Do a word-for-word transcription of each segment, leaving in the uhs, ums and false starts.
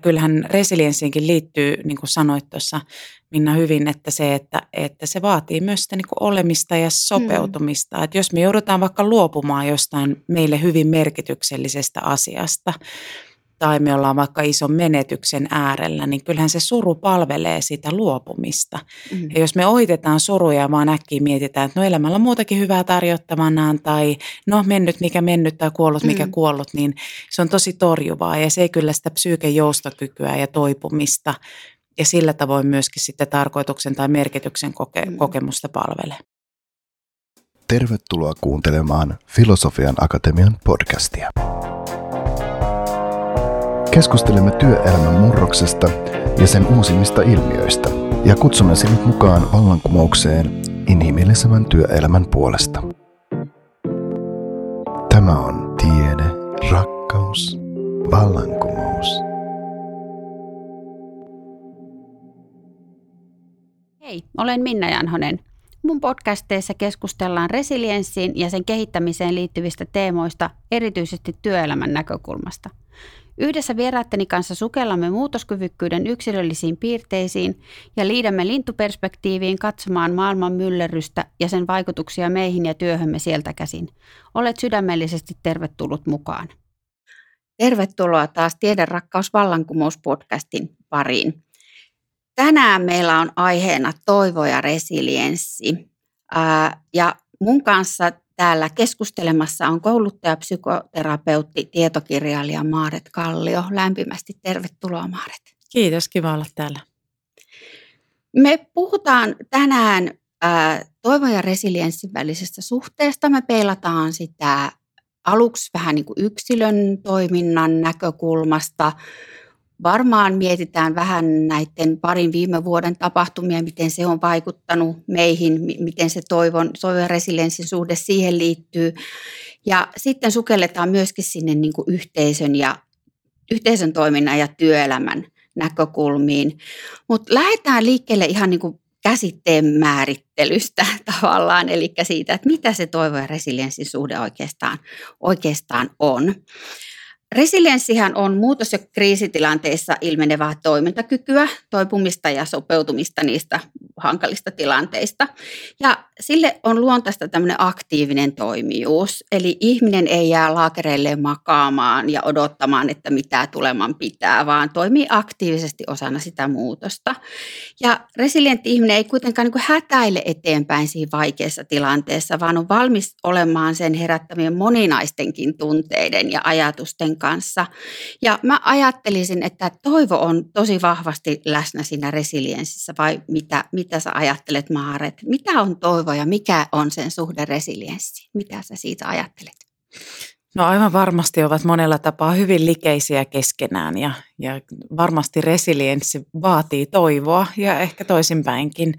kyllähän resilienssiinkin liittyy, niin kuin sanoit tuossa Minna hyvin, että se, että, että se vaatii myös sitä niin kuin olemista ja sopeutumista. Mm. Että jos me joudutaan vaikka luopumaan jostain meille hyvin merkityksellisestä asiasta, tai me ollaan vaikka ison menetyksen äärellä, niin kyllähän se suru palvelee sitä luopumista. Mm. Ja jos me ohitetaan suruja ja vaan äkkiä mietitään, että no elämällä on muutakin hyvää tarjottavanaan, tai no mennyt mikä mennyt tai kuollut mikä mm. kuollut, niin se on tosi torjuvaa ja se ei kyllä sitä psyyken joustokykyä ja toipumista ja sillä tavoin myöskin sitten tarkoituksen tai merkityksen koke- mm. kokemusta palvelee. Tervetuloa kuuntelemaan Filosofian Akatemian podcastia. Keskustelemme työelämän murroksesta ja sen uusimmista ilmiöistä ja kutsumme sinut mukaan vallankumoukseen inhimillisemmän työelämän puolesta. Tämä on tiede, rakkaus, vallankumous. Hei, olen Minna Janhonen. Mun podcasteissa keskustellaan resilienssiin ja sen kehittämiseen liittyvistä teemoista, erityisesti työelämän näkökulmasta. Yhdessä vieraatteni kanssa sukellamme muutoskyvykkyyden yksilöllisiin piirteisiin ja liidämme lintuperspektiiviin katsomaan maailman myllerrystä ja sen vaikutuksia meihin ja työhömme sieltä käsin. Olet sydämellisesti tervetullut mukaan. Tervetuloa taas Tiede, rakkaus, vallankumous podcastin pariin. Tänään meillä on aiheena toivo ja resilienssi. Ää, ja mun kanssa täällä keskustelemassa on kouluttaja, psykoterapeutti, tietokirjailija Maaret Kallio. Lämpimästi tervetuloa, Maaret. Kiitos, kiva olla täällä. Me puhutaan tänään ää, toivon ja resilienssin välisestä suhteesta. Me peilataan sitä aluksi vähän niin kuin yksilön toiminnan näkökulmasta. Varmaan mietitään vähän näiden parin viime vuoden tapahtumia, miten se on vaikuttanut meihin, miten se toivon, toivon ja resilienssin suhde siihen liittyy. Ja sitten sukelletaan myöskin sinne niin kuin yhteisön, ja, yhteisön toiminnan ja työelämän näkökulmiin. Mutta lähdetään liikkeelle ihan niin kuin käsitteen määrittelystä tavallaan, eli siitä, että mitä se toivon ja resilienssin suhde oikeastaan, oikeastaan on. Resilienssihän on muutos- ja kriisitilanteissa ilmenevää toimintakykyä, toipumista ja sopeutumista niistä hankalista tilanteista. Ja sille on luontaista tämmöinen aktiivinen toimijuus, eli ihminen ei jää laakereilleen makaamaan ja odottamaan, että mitä tuleman pitää, vaan toimii aktiivisesti osana sitä muutosta. Ja resilientti ihminen ei kuitenkaan niin kuin hätäile eteenpäin siinä vaikeassa tilanteessa, vaan on valmis olemaan sen herättämien moninaistenkin tunteiden ja ajatusten kanssa. Ja mä ajattelisin, että toivo on tosi vahvasti läsnä siinä resilienssissä, vai mitä, mitä sä ajattelet, Maaret? Mitä on toivo ja mikä on sen suhde resilienssiin? Mitä sä siitä ajattelet? No aivan varmasti ovat monella tapaa hyvin likeisiä keskenään ja, ja varmasti resilienssi vaatii toivoa ja ehkä toisinpäinkin.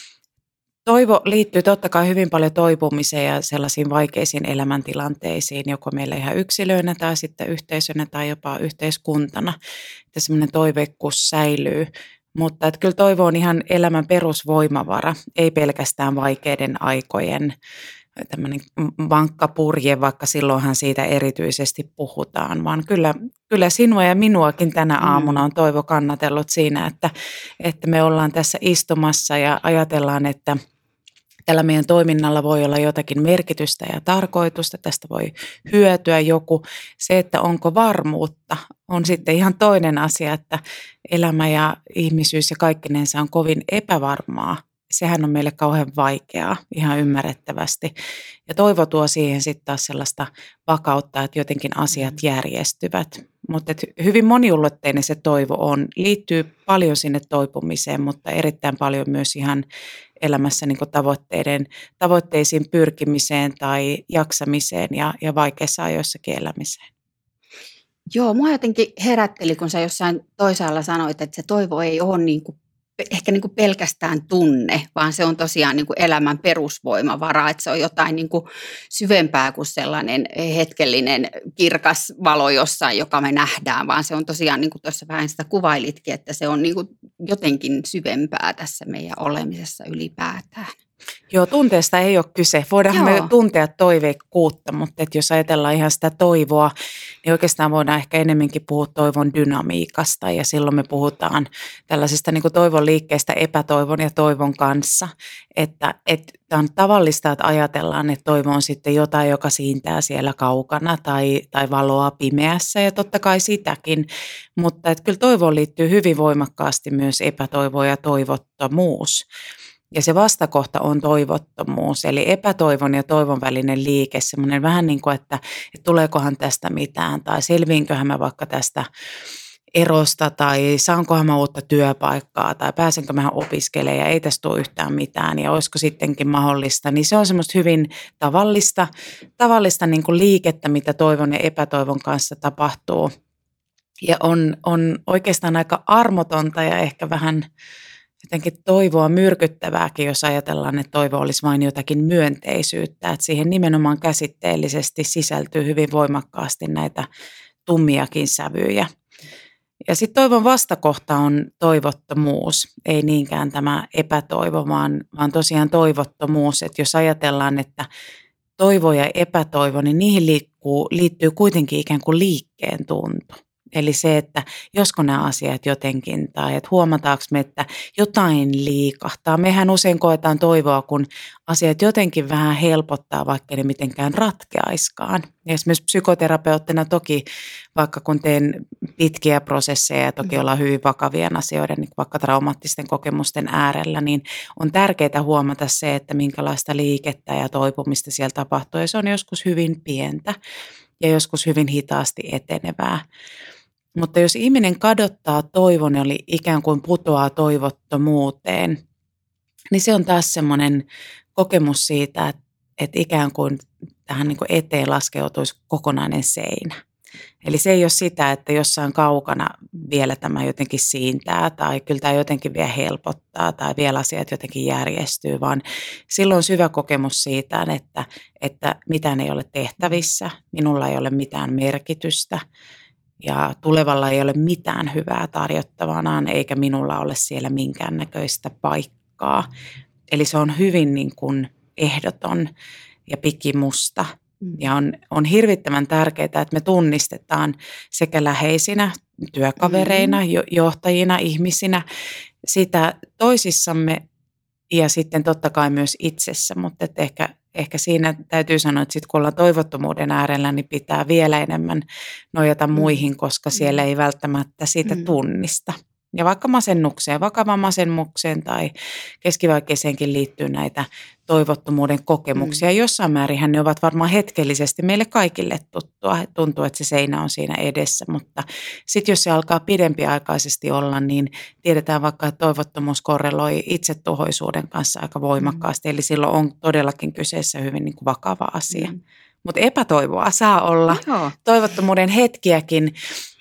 Toivo liittyy totta kai hyvin paljon toipumiseen ja sellaisiin vaikeisiin elämäntilanteisiin, joko meillä ihan yksilöinä tai sitten yhteisönä tai jopa yhteiskuntana, että semmoinen toiveikkuus säilyy. Mutta että kyllä toivo on ihan elämän perusvoimavara, ei pelkästään vaikeiden aikojen tämmöinen vankka purje, vaikka silloinhan siitä erityisesti puhutaan, vaan kyllä, kyllä sinua ja minuakin tänä aamuna on toivo kannatellut siinä, että, että me ollaan tässä istumassa ja ajatellaan, että tällä meidän toiminnalla voi olla jotakin merkitystä ja tarkoitusta, tästä voi hyötyä joku. Se, että onko varmuutta, on sitten ihan toinen asia, että elämä ja ihmisyys ja kaikkinensa on kovin epävarmaa. Sehän on meille kauhean vaikeaa, ihan ymmärrettävästi. Ja toivo tuo siihen sitten taas sellaista vakautta, että jotenkin asiat järjestyvät. Mutta hyvin moniulotteinen se toivo on. Liittyy paljon sinne toipumiseen, mutta erittäin paljon myös ihan elämässä niin kuin tavoitteiden, tavoitteisiin pyrkimiseen tai jaksamiseen ja, ja vaikeissa ajoissakin elämiseen. Joo, mua jotenkin herätteli, kun sä jossain toisaalla sanoit, että se toivo ei ole niin kuin ehkä niin kuin pelkästään tunne, vaan se on tosiaan niin kuin elämän perusvoimavara, että se on jotain niin kuin syvempää kuin sellainen hetkellinen kirkas valo jossain, joka me nähdään, vaan se on tosiaan, niin kuin tuossa vähän sitä kuvailitkin, että se on niin kuin jotenkin syvempää tässä meidän olemisessa ylipäätään. Joo, tunteesta ei ole kyse. Voidaan Joo. me tuntea toiveikkuutta, mutta et jos ajatellaan ihan sitä toivoa, niin oikeastaan voidaan ehkä enemmänkin puhua toivon dynamiikasta. Ja silloin me puhutaan tällaisesta niin kuin toivon liikkeestä epätoivon ja toivon kanssa. Että tämä on tavallista, että ajatellaan, että toivo on sitten jotain, joka siintää siellä kaukana tai, tai valoa pimeässä ja totta kai sitäkin. Mutta että kyllä toivoon liittyy hyvin voimakkaasti myös epätoivo ja toivottomuus. Ja se vastakohta on toivottomuus, eli epätoivon ja toivon välinen liike, semmoinen vähän niin kuin, että, että tuleekohan tästä mitään tai selviinköhän mä vaikka tästä erosta tai saankohan mä uutta työpaikkaa tai pääsenkö mä opiskelemaan ja ei tästä tule yhtään mitään ja olisiko sittenkin mahdollista. Niin se on semmoista hyvin tavallista, tavallista niin kuin liikettä, mitä toivon ja epätoivon kanssa tapahtuu. Ja on, on oikeastaan aika armotonta ja ehkä vähän jotenkin toivoa myrkyttävääkin, jos ajatellaan, että toivo olisi vain jotakin myönteisyyttä. Että siihen nimenomaan käsitteellisesti sisältyy hyvin voimakkaasti näitä tummiakin sävyjä. Ja sitten toivon vastakohta on toivottomuus, ei niinkään tämä epätoivo, vaan, vaan tosiaan toivottomuus. Että jos ajatellaan, että toivo ja epätoivo, niin niihin liikkuu, liittyy kuitenkin ikään kuin liikkeen tuntu. Eli se, että josko nämä asiat jotenkin tai että huomataanko me, että jotain liikahtaa. Mehän usein koetaan toivoa, kun asiat jotenkin vähän helpottaa, vaikka ne mitenkään ratkeaiskaan. Ja esimerkiksi psykoterapeuttina toki, vaikka kun teen pitkiä prosesseja ja toki ollaan hyvin vakavien asioiden, niin vaikka traumaattisten kokemusten äärellä, niin on tärkeää huomata se, että minkälaista liikettä ja toipumista siellä tapahtuu. Ja se on joskus hyvin pientä ja joskus hyvin hitaasti etenevää. Mutta jos ihminen kadottaa toivon, eli ikään kuin putoaa toivottomuuteen, niin se on taas semmoinen kokemus siitä, että, että ikään kuin tähän niin kuin eteen laskeutuisi kokonainen seinä. Eli se ei ole sitä, että jossain kaukana vielä tämä jotenkin siintää tai kyllä tämä jotenkin vielä helpottaa tai vielä asiat jotenkin järjestyy, vaan silloin on syvä kokemus siitä, että, että mitään ei ole tehtävissä, minulla ei ole mitään merkitystä. Ja tulevalla ei ole mitään hyvää tarjottavanaan, eikä minulla ole siellä minkäännäköistä paikkaa. Eli se on hyvin niin kuin ehdoton ja pikimusta. Ja on, on hirvittävän tärkeää, että me tunnistetaan sekä läheisinä, työkavereina, jo, johtajina, ihmisinä sitä toisissamme ja sitten totta kai myös itsessä, mutta että ehkä Ehkä siinä täytyy sanoa, että sit kun ollaan toivottomuuden äärellä, niin pitää vielä enemmän nojata muihin, koska siellä ei välttämättä siitä tunnista. Ja vaikka masennukseen, vakavan masennukseen tai keskivaikeeseenkin liittyy näitä toivottomuuden kokemuksia. Mm. Jossain määrin ne ovat varmaan hetkellisesti meille kaikille tuttua. Tuntuu, että se seinä on siinä edessä, mutta sitten jos se alkaa pidempiaikaisesti olla, niin tiedetään vaikka, että toivottomuus korreloi itsetuhoisuuden kanssa aika voimakkaasti. Mm. Eli silloin on todellakin kyseessä hyvin niin kuin vakava asia. Mm. Mutta epätoivoa saa olla, Joo. toivottomuuden hetkiäkin.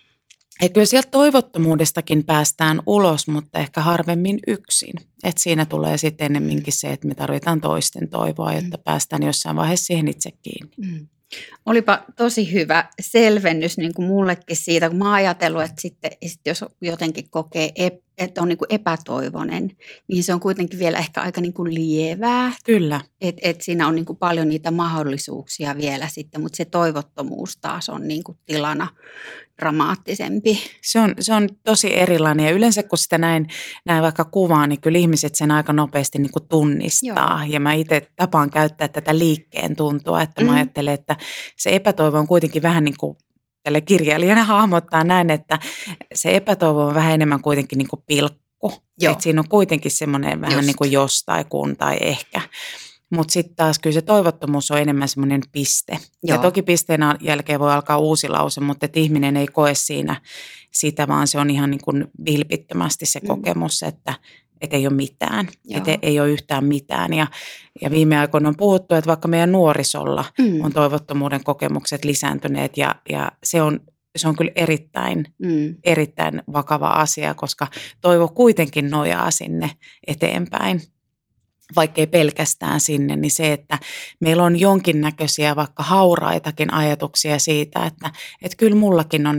Ja kyllä sieltä toivottomuudestakin päästään ulos, mutta ehkä harvemmin yksin. Et siinä tulee sitten ennemminkin se, että me tarvitaan toisten toivoa, jotta mm. päästään jossain vaiheessa siihen itse kiinni. Mm. Olipa tosi hyvä selvennys niin kuin mullekin siitä, kun mä oon ajatellut, että sitten, sitten jos jotenkin kokee, että on niin kuin epätoivoinen, niin se on kuitenkin vielä ehkä aika niin kuin lievää. Kyllä. Että et siinä on niin kuin paljon niitä mahdollisuuksia vielä sitten, mutta se toivottomuus taas on niin kuin tilana dramaattisempi. Se on, se on tosi erilainen ja yleensä kun sitä näin, näin vaikka kuvaa, niin kyllä ihmiset sen aika nopeasti niin kuin tunnistaa. Joo. Ja mä itse tapaan käyttää tätä liikkeen tuntua, että mä mm. ajattelen, että se epätoivo on kuitenkin vähän niin kuin tälle kirjailijana hahmottaa näin, että se epätoivo on vähän enemmän kuitenkin niin kuin pilkku. Että siinä on kuitenkin semmoinen vähän Just. niin kuin jos tai kun tai ehkä. Mutta sitten taas kyllä se toivottomuus on enemmän semmoinen piste. Joo. Ja toki pisteen jälkeen voi alkaa uusi lause, mutta että ihminen ei koe siinä sitä, vaan se on ihan niin kuin vilpittömästi se mm. kokemus, että et ei ole mitään, että ei ole yhtään mitään. Ja, ja viime aikoina on puhuttu, että vaikka meidän nuorisolla mm. on toivottomuuden kokemukset lisääntyneet ja, ja se on Se on kyllä erittäin, mm. erittäin vakava asia, koska toivo kuitenkin nojaa sinne eteenpäin, vaikkei pelkästään sinne, niin se, että meillä on jonkinnäköisiä vaikka hauraitakin ajatuksia siitä, että, että kyllä mullakin on niin kuin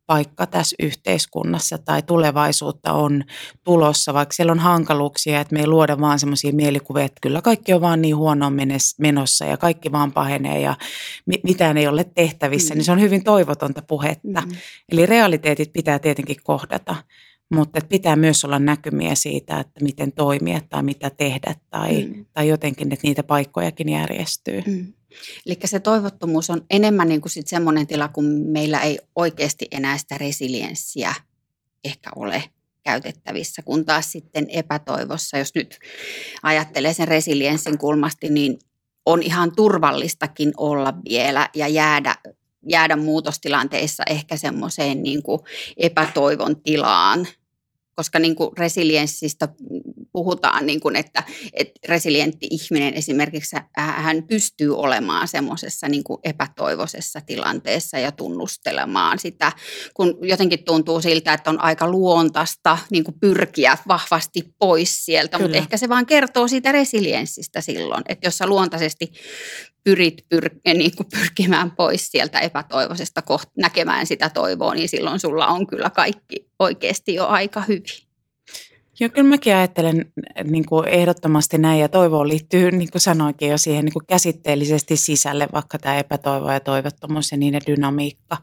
paikka tässä yhteiskunnassa tai tulevaisuutta on tulossa, vaikka siellä on hankaluuksia, että me ei luoda vaan semmoisia mielikuvia, että kyllä kaikki on vaan niin huonoon menossa ja kaikki vaan pahenee ja mitään ei ole tehtävissä, mm. niin se on hyvin toivotonta puhetta. Mm. Eli realiteetit pitää tietenkin kohdata, mutta pitää myös olla näkymiä siitä, että miten toimia tai mitä tehdä tai, mm. tai jotenkin, että niitä paikkojakin järjestyy. Mm. Eli se toivottomuus on enemmän niin kuin sit semmoinen tila, kun meillä ei oikeasti enää sitä resilienssiä ehkä ole käytettävissä, kun taas sitten epätoivossa, jos nyt ajattelee sen resilienssin kulmasti, niin on ihan turvallistakin olla vielä ja jäädä, jäädä muutostilanteissa ehkä semmoiseen niin kuin epätoivon tilaan. Koska niin kuin resilienssistä puhutaan, niin kuin, että, että resilientti ihminen esimerkiksi hän pystyy olemaan semmoisessa niin kuin epätoivoisessa tilanteessa ja tunnustelemaan sitä, kun jotenkin tuntuu siltä, että on aika luontaista niin kuin pyrkiä vahvasti pois sieltä, Kyllä. mutta ehkä se vaan kertoo siitä resilienssistä silloin, että jos sä luontaisesti pyrit pyr- niin kuin pyrkimään pois sieltä epätoivoisesta koht- näkemään sitä toivoa, niin silloin sulla on kyllä kaikki oikeasti jo aika hyvin. Joo, kyllä mäkin ajattelen niin kuin ehdottomasti näin ja toivoon liittyy, niin kuin sanoinkin jo siihen niin kuin käsitteellisesti sisälle, vaikka tämä epätoivo ja toivottomuus ja niiden dynamiikka.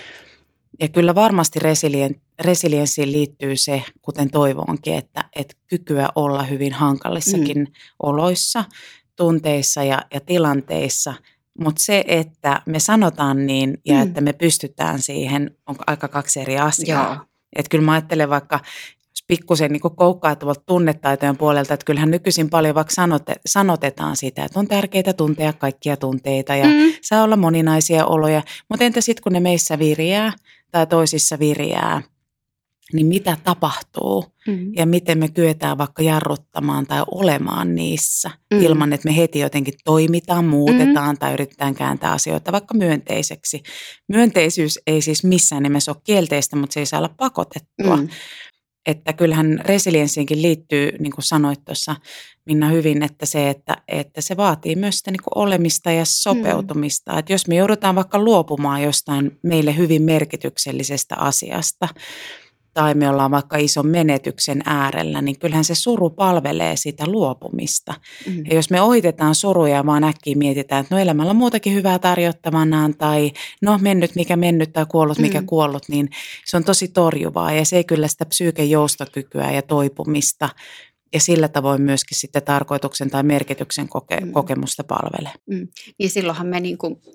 Ja kyllä varmasti resilien, resilienssiin liittyy se, kuten toivoonkin, että, että kykyä olla hyvin hankalissakin mm. oloissa, tunteissa ja, ja tilanteissa, mutta se, että me sanotaan niin ja mm. että me pystytään siihen, on aika kaksi eri asiaa. Että kyllä mä ajattelen vaikka, jos pikkusen niin koukkaa tuolta tunnetaitojen puolelta, että kyllähän nykyisin paljon vaikka sanote, sanotetaan sitä, että on tärkeää tuntea kaikkia tunteita ja mm. saa olla moninaisia oloja, mutta entä sitten kun ne meissä viriää tai toisissa viriää, niin mitä tapahtuu mm. ja miten me kyetään vaikka jarruttamaan tai olemaan niissä mm. ilman, että me heti jotenkin toimitaan, muutetaan mm. tai yritetään kääntää asioita vaikka myönteiseksi. Myönteisyys ei siis missään nimessä ole kielteistä, mutta se ei saa olla pakotettua. Mm. Että kyllähän resilienssiinkin liittyy, niin kuin sanoit tuossa Minna hyvin, että se, että, että se vaatii myös sitä niin kuin olemista ja sopeutumista. Mm. Että jos me joudutaan vaikka luopumaan jostain meille hyvin merkityksellisestä asiasta, tai me ollaan vaikka ison menetyksen äärellä, niin kyllähän se suru palvelee sitä luopumista. Mm. Ja jos me ohitetaan suruja ja vaan äkkiä mietitään, että no elämällä on muutakin hyvää tarjottavanaan, tai no mennyt mikä mennyt tai kuollut mikä mm. kuollut, niin se on tosi torjuvaa ja se ei kyllä sitä psyykejoustokykyä ja toipumista ja sillä tavoin myöskin sitten tarkoituksen tai merkityksen koke- mm. kokemusta palvelee. Mm. Niin silloinhan me niin kuin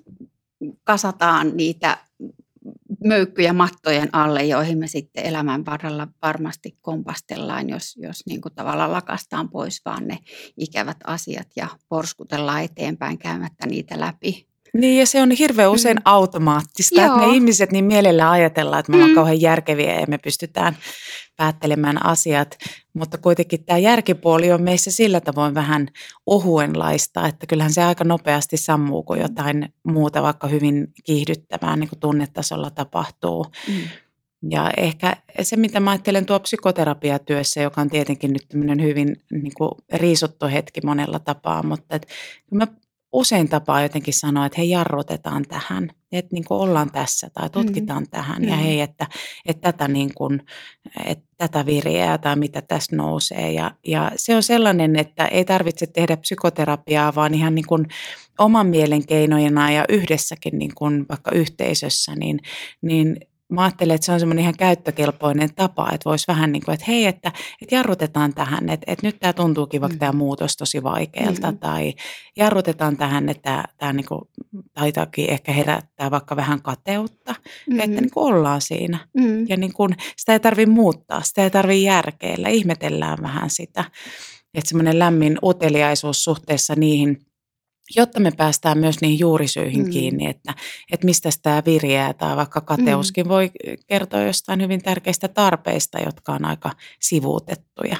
kasataan niitä möykkyjä mattojen alle, joihin me sitten elämän varrella varmasti kompastellaan, jos, jos niin kuin tavallaan lakastaan pois vaan ne ikävät asiat ja porskutellaan eteenpäin käymättä niitä läpi. Niin ja se on hirveän usein mm. automaattista, Joo. että me ihmiset niin mielellään ajatellaan, että me ollaan mm. kauhean järkeviä ja me pystytään päättelemään asiat, mutta kuitenkin tämä järkipuoli on meissä sillä tavoin vähän ohuenlaista, että kyllähän se aika nopeasti sammuu, kun jotain muuta vaikka hyvin kiihdyttävää niin kuin tunnetasolla tapahtuu. Mm. Ja ehkä se, mitä mä ajattelen tuo psykoterapiatyössä, joka on tietenkin nyt tämmöinen hyvin niin kuin riisuttu hetki monella tapaa, mutta että mä usein tapaa jotenkin sanoa, että hei, jarrutetaan tähän, että niin kuin ollaan tässä tai tutkitaan mm. tähän ja hei, että, että, tätä, niin kuin, että tätä viriää tai mitä tässä nousee. Ja, ja se on sellainen, että ei tarvitse tehdä psykoterapiaa, vaan ihan niin kuin oman mielen keinojena ja yhdessäkin niin kuin vaikka yhteisössä, niin, niin mä ajattelen, että se on semmoinen ihan käyttökelpoinen tapa, että voisi vähän niin kuin, että hei, että, että jarrutetaan tähän, että, että nyt tämä tuntuukin vaikka mm. tämä muutos tosi vaikealta, mm. tai jarrutetaan tähän, että tämä, tämä niin kuin taitaakin ehkä herättää vaikka vähän kateutta, mm. että niin kuin ollaan siinä. Mm. Ja niin kuin, sitä ei tarvitse muuttaa, sitä ei tarvitse järkeillä, ihmetellään vähän sitä, että semmoinen lämmin uteliaisuus suhteessa niihin, jotta me päästään myös niihin juurisyihin mm. kiinni, että, että mistä tämä viriää tai vaikka kateuskin mm. voi kertoa jostain hyvin tärkeistä tarpeista, jotka on aika sivuutettuja.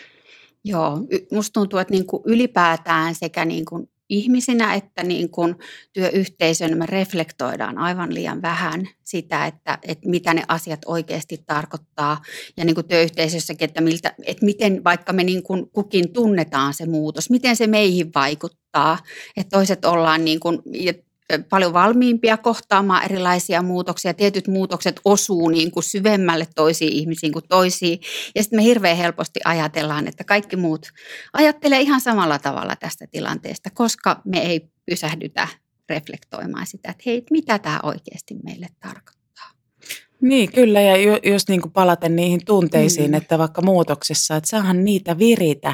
Joo, musta tuntuu, että niin kuin ylipäätään sekä niin kuin ihmisinä että niin kuin työyhteisönä me reflektoidaan aivan liian vähän sitä, että, että mitä ne asiat oikeasti tarkoittaa. Ja niin kuin työyhteisössäkin, että, miltä, että miten vaikka me niin kuin kukin tunnetaan se muutos, miten se meihin vaikuttaa. Että toiset ollaan niin kuin, paljon valmiimpia kohtaamaan erilaisia muutoksia. Tietyt muutokset osuu niin kuin syvemmälle toisiin ihmisiin kuin toisiin. Ja sitten me hirveän helposti ajatellaan, että kaikki muut ajattelee ihan samalla tavalla tästä tilanteesta, koska me ei pysähdytä reflektoimaan sitä, että hei, mitä tämä oikeasti meille tarkoittaa. Niin, kyllä, ja ju, just niin kuin palaten niihin tunteisiin, mm. että vaikka muutoksessa, että saahan niitä viritä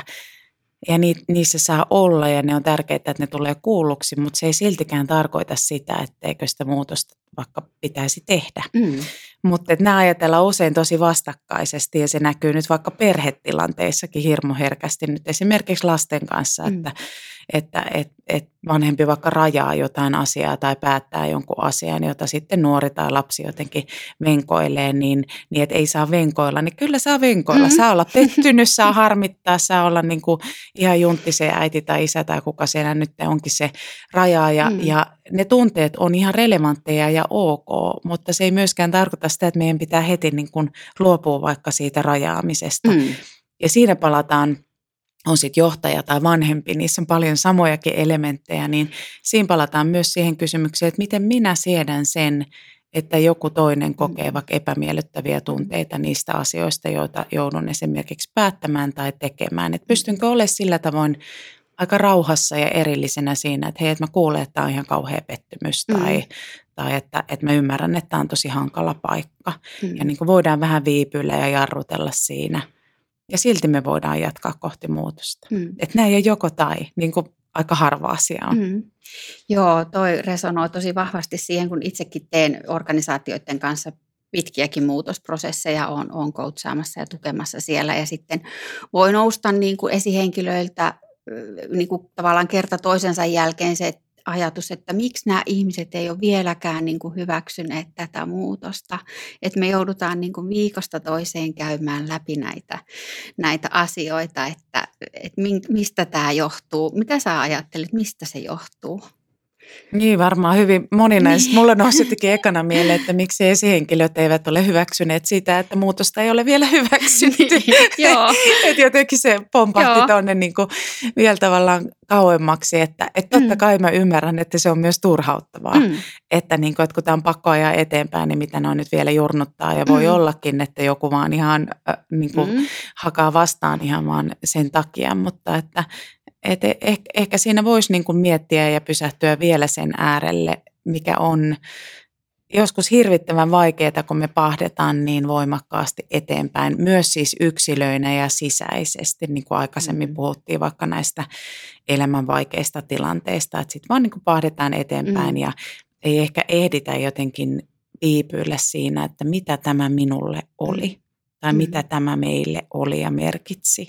ja ni, niissä saa olla ja ne on tärkeää, että ne tulee kuulluksi, mutta se ei siltikään tarkoita sitä, etteikö sitä muutosta vaikka pitäisi tehdä. Mm. Mutta nämä ajatellaan usein tosi vastakkaisesti ja se näkyy nyt vaikka perhetilanteissakin hirmu herkästi nyt esimerkiksi lasten kanssa, mm. että että et, et vanhempi vaikka rajaa jotain asiaa tai päättää jonkun asian, jota sitten nuori tai lapsi jotenkin venkoilee, niin, niin että ei saa venkoilla, niin kyllä saa venkoilla. Mm-hmm. Saa olla pettynyt, saa harmittaa, saa olla niin kuin ihan juntti se äiti tai isä tai kuka siellä nyt onkin se rajaa ja, mm. ja ne tunteet on ihan relevantteja ja ok, mutta se ei myöskään tarkoita sitä, että meidän pitää heti niin kuin luopua vaikka siitä rajaamisesta. Mm. Ja siinä palataan, on sitten johtaja tai vanhempi, niissä on paljon samojakin elementtejä, niin siinä palataan myös siihen kysymykseen, että miten minä siedän sen, että joku toinen kokee vaikka epämiellyttäviä tunteita niistä asioista, joita joudun esimerkiksi päättämään tai tekemään. Että pystynkö olemaan sillä tavoin aika rauhassa ja erillisenä siinä, että hei, että mä kuulen, että tämä on ihan kauhea pettymys tai, mm. tai että, että mä ymmärrän, että tämä on tosi hankala paikka. Mm. Ja niin kuin voidaan vähän viipyillä ja jarrutella siinä. Ja silti me voidaan jatkaa kohti muutosta. Mm. Että näin ei ole joko tai, niin kuin aika harva asia on. Mm. Joo, toi resonoi tosi vahvasti siihen, kun itsekin teen organisaatioiden kanssa pitkiäkin muutosprosesseja, on, on coachaamassa ja tukemassa siellä. Ja sitten voi nousta niin kuin esihenkilöiltä niin kuin tavallaan kerta toisensa jälkeen se ajatus, että miksi nämä ihmiset ei ole vieläkään niin kuin hyväksyneet tätä muutosta, että me joudutaan niin kuin viikosta toiseen käymään läpi näitä, näitä asioita, että, että mistä tämä johtuu. Mitä sä ajattelet, mistä se johtuu? Niin, varmaan hyvin moninaisesti. Niin. Mulla nousi jotenkin ekana mieleen, että miksi esihenkilöt eivät ole hyväksyneet sitä, että muutosta ei ole vielä hyväksytty. Joo. Että jotenkin se pompahti tuonne niin kuin vielä tavallaan kauemmaksi, että, että totta kai mä ymmärrän, että se on myös turhauttavaa. Mm. Että, niin kuin, että kun tämä on pakko ajaa eteenpäin, niin mitä ne on nyt vielä jurnuttaa. Ja voi mm. ollakin, että joku vaan ihan äh, niin kuin mm. hakaa vastaan ihan vaan sen takia, mutta että Että ehkä siinä voisi niin kuin miettiä ja pysähtyä vielä sen äärelle, mikä on joskus hirvittävän vaikeaa, kun me pahdetaan niin voimakkaasti eteenpäin. Myös siis yksilöinä ja sisäisesti, niin kuin aikaisemmin puhuttiin vaikka näistä elämän vaikeista tilanteista. Että sitten vaan niin kuin pahdetaan eteenpäin mm. ja ei ehkä ehditä jotenkin viipyillä siinä, että mitä tämä minulle oli tai mm. mitä tämä meille oli ja merkitsi.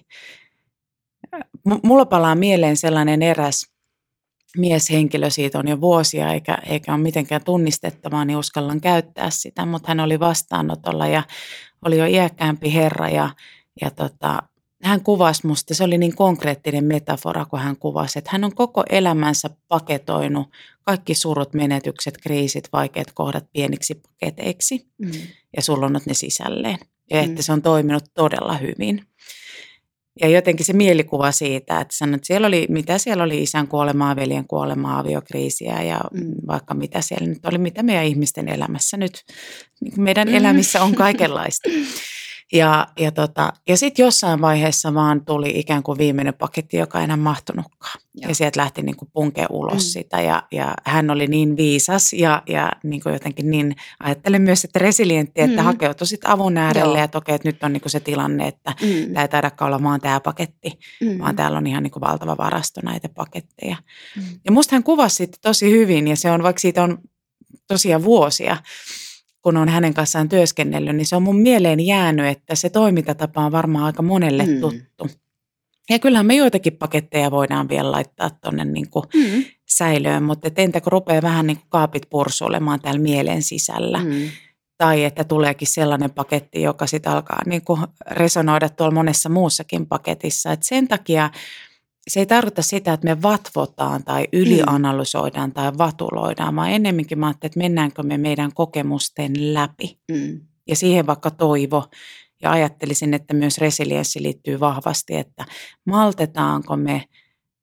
Mulla palaa mieleen sellainen eräs mieshenkilö, siitä on jo vuosia eikä, eikä ole mitenkään tunnistettavaa, niin uskallan käyttää sitä, mutta hän oli vastaanotolla ja oli jo iäkkäämpi herra ja, ja tota, hän kuvasi musta, se oli niin konkreettinen metafora, kun hän kuvasi, että hän on koko elämänsä paketoinut kaikki surut, menetykset, kriisit, vaikeat kohdat pieniksi paketeiksi mm. ja sullonut ne sisälleen ja että mm. se on toiminut todella hyvin. Ja jotenkin se mielikuva siitä, että sanoin, että siellä oli, mitä siellä oli isän kuolemaa, veljen kuolemaa, aviokriisiä ja mm. vaikka mitä siellä nyt oli, mitä meidän ihmisten elämässä nyt, niin kuin meidän mm. elämissä on kaikenlaista. Ja, ja, tota, ja sitten jossain vaiheessa vaan tuli ikään kuin viimeinen paketti, joka ei enää mahtunutkaan. Joo. Ja sieltä lähti niin kuin punkea ulos mm. sitä ja, ja hän oli niin viisas ja, ja niin kuin jotenkin niin, ajattelen myös, että resilientti, että mm. hakeutui sitten avun äärelle Joo. ja toki, että nyt on niin kuin se tilanne, että mm. tämä ei taidakaan olla vaan tämä paketti, mm. vaan täällä on ihan niin kuin valtava varasto näitä paketteja. Mm. Ja musta hän kuvasi sitten tosi hyvin ja se on, vaikka siitä on tosiaan vuosia, kun on hänen kanssaan työskennellyt, niin se on mun mieleen jäänyt, että se toimintatapa on varmaan aika monelle mm. tuttu. Ja kyllähän me joitakin paketteja voidaan vielä laittaa tuonne niin kuin mm. säilöön, mutta entä kun rupeaa vähän niin kuin kaapit pursuilemaan täällä mielen sisällä. Mm. Tai että tuleekin sellainen paketti, joka sitten alkaa niin kuin resonoida tuolla monessa muussakin paketissa. Et sen takia se ei tarkoita sitä, että me vatvotaan tai ylianalysoidaan mm. tai vatuloidaan, vaan ennemminkin mä ajattelin, että mennäänkö me meidän kokemusten läpi. Mm. Ja siihen vaikka toivo. Ja ajattelisin, että myös resilienssi liittyy vahvasti, että maltetaanko me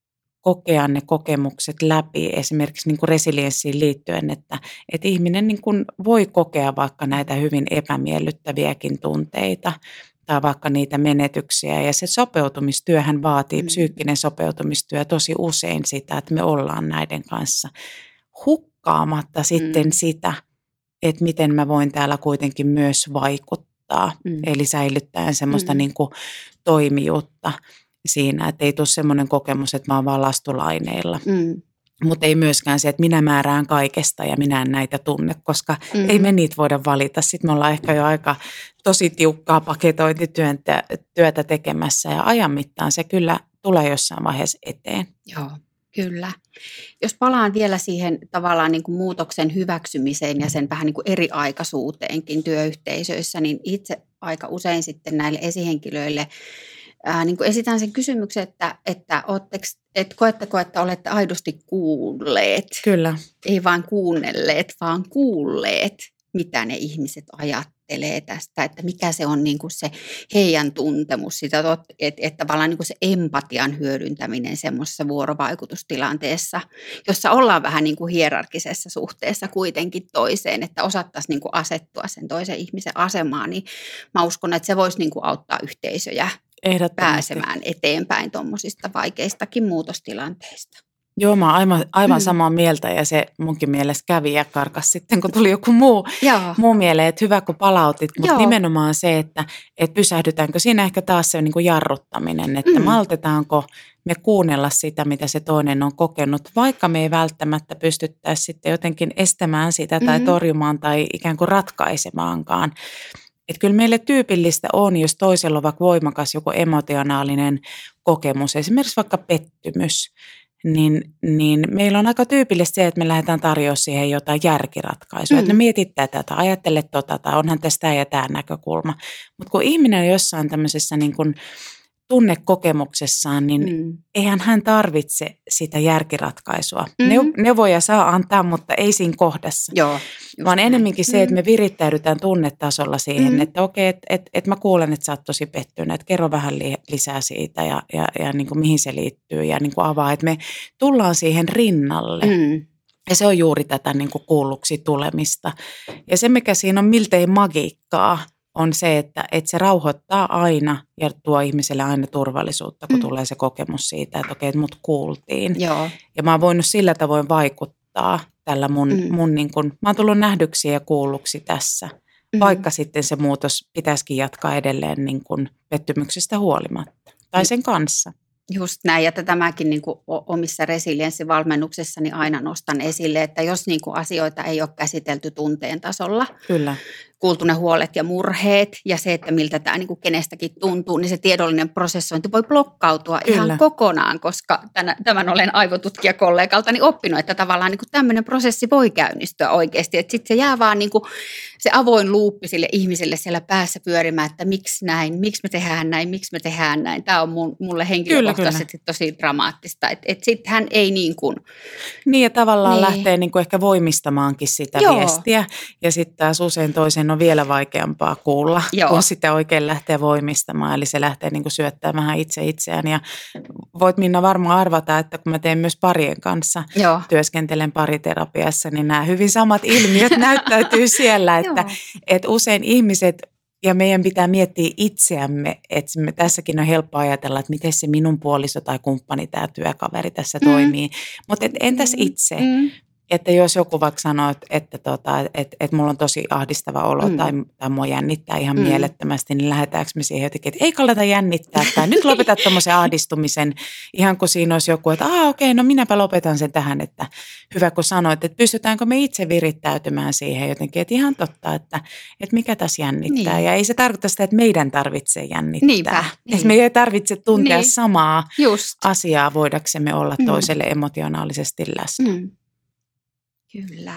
kokea ne kokemukset läpi, esimerkiksi niin kuin resilienssiin liittyen, että, että ihminen niin kuin voi kokea vaikka näitä hyvin epämiellyttäviäkin tunteita tai vaikka niitä menetyksiä. Ja se sopeutumistyöhän vaatii, mm. psyykkinen sopeutumistyö tosi usein sitä, että me ollaan näiden kanssa hukkaamatta sitten mm. sitä, että miten mä voin täällä kuitenkin myös vaikuttaa. Mm. Eli säilyttäen semmoista mm. niin kuin toimijuutta siinä, että ei tule semmoinen kokemus, että mä oon vaan lastulaineilla. Mm. Mutta ei myöskään se, että minä määrään kaikesta ja minä en näitä tunne, koska mm. ei me niitä voida valita. Sitten me ollaan ehkä jo aika tosi tiukkaa paketointityötä tekemässä ja ajan mittaan se kyllä tulee jossain vaiheessa eteen. Joo, kyllä. Jos palaan vielä siihen tavallaan niin kuin muutoksen hyväksymiseen ja sen vähän niin kuin eriaikaisuuteenkin työyhteisöissä, niin itse aika usein sitten näille esihenkilöille Ää, niin kuin esitän sen kysymyksen, että, että, ootteko, että koetteko, että olette aidosti kuulleet. Kyllä. Ei vain kuunnelleet, vaan kuulleet, mitä ne ihmiset ajattelee tästä, että mikä se on niin kuin se heidän tuntemus, sitä, että, että tavallaan niin kuin se empatian hyödyntäminen semmoisessa vuorovaikutustilanteessa, jossa ollaan vähän niin kuin hierarkisessa suhteessa kuitenkin toiseen, että osattaisiin niin kuin asettua sen toisen ihmisen asemaan, niin mä uskon, että se voisi niin kuin auttaa yhteisöjä pääsemään eteenpäin tuommoisista vaikeistakin muutostilanteista. Joo, mä oon aivan, aivan mm. samaa mieltä ja se munkin mielestä kävi ja karkas sitten, kun tuli joku muu, muu mieleen, että hyvä kun palautit, mutta nimenomaan se, että et pysähdytäänkö siinä ehkä taas se niin kuin jarruttaminen, että mm. maltetaanko me kuunnella sitä, mitä se toinen on kokenut, vaikka me ei välttämättä pystyttäisi sitten jotenkin estämään sitä tai mm. torjumaan tai ikään kuin ratkaisemaankaan. Että kyllä meille tyypillistä on, jos toisella on vaikka voimakas joku emotionaalinen kokemus, esimerkiksi vaikka pettymys, niin, niin meillä on aika tyypillistä se, että me lähdetään tarjoamaan siihen jotain järkiratkaisua. Mm. Että no mietit tätä tai ajattele tota tai onhan tästä ja tämä näkökulma. Mutta kun ihminen on jossain tämmöisessä niin kuin tunnekokemuksessaan, niin mm. eihän hän tarvitse sitä järkiratkaisua. Mm-hmm. Neuvoja saa antaa, mutta ei siinä kohdassa. Joo, vaan enemmänkin se, että me virittäydytään tunnetasolla siihen, mm. että okei, että et, et mä kuulen, että sä oot tosi pettynyt, että kerro vähän li- lisää siitä ja, ja, ja niin kuin mihin se liittyy ja niin kuin avaa, että me tullaan siihen rinnalle. Mm. Ja se on juuri tätä niin kuin kuulluksi tulemista. Ja se, mikä siinä on miltei magiikkaa, on se, että, että se rauhoittaa aina ja tuo ihmiselle aina turvallisuutta, kun mm. tulee se kokemus siitä, että okei, että mut kuultiin. Joo. Ja mä oon voinut sillä tavoin vaikuttaa tällä mun, mm. mun niin kun, mä oon tullut nähdyksi ja kuulluksi tässä, mm. vaikka sitten se muutos pitäisikin jatkaa edelleen niin kun pettymyksestä huolimatta tai sen kanssa. Just näin, ja tätä mäkin niin kuin omissa resilienssivalmennuksissani aina nostan esille, että jos niin kuin asioita ei ole käsitelty tunteen tasolla, Kyllä. kuultu ne huolet ja murheet ja se, että miltä tämä niin kuin kenestäkin tuntuu, niin se tiedollinen prosessointi voi blokkautua Kyllä. ihan kokonaan, koska tämän olen aivotutkijakollegaltani oppinut, että tavallaan niin kuin tämmöinen prosessi voi käynnistyä oikeasti, että sitten se jää vaan niin kuin se avoin luuppi sille ihmiselle siellä päässä pyörimään, että miksi näin, miksi me tehdään näin, miksi me tehdään näin, tämä on mulle henkilökohtaisesti tosi dramaattista, että et sitten hän ei niin kuin... Niin ja tavallaan niin. lähtee niin kuin ehkä voimistamaankin sitä Joo. viestiä ja sitten taas usein toisen on vielä vaikeampaa kuulla, Joo. kun sitä oikein lähtee voimistamaan. Eli se lähtee niin kuin syöttämään vähän itse itseään. Ja voit Minna varmaan arvata, että kun mä teen myös parien kanssa, Joo. työskentelen pariterapiassa, niin nämä hyvin samat ilmiöt näyttäytyy siellä, että, että usein ihmiset, ja meidän pitää miettiä itseämme, että me tässäkin on helppo ajatella, että miten se minun puoliso tai kumppani, tämä työkaveri tässä mm. toimii. Mutta entäs itse? Mm. Että jos joku vaikka sanoo, että, että, tota, että, että mulla on tosi ahdistava olo mm. tai, tai mua jännittää ihan mm. mielettömästi, niin lähdetäänkö me siihen jotenkin, että ei kannata jännittää tai nyt lopeta tuommoisen ahdistumisen, ihan kun siinä olisi joku, että aah okei, no minäpä lopetan sen tähän, että hyvä kun sanoit, että pystytäänkö me itse virittäytymään siihen jotenkin, että ihan totta, että, että mikä tässä jännittää niin. Ja ei se tarkoita sitä, että meidän tarvitsee jännittää. Niinpä, niin. Että me ei tarvitse tuntea niin. samaa Just. asiaa, voidaksemme olla mm. toiselle emotionaalisesti läsnä. Mm. Kyllä.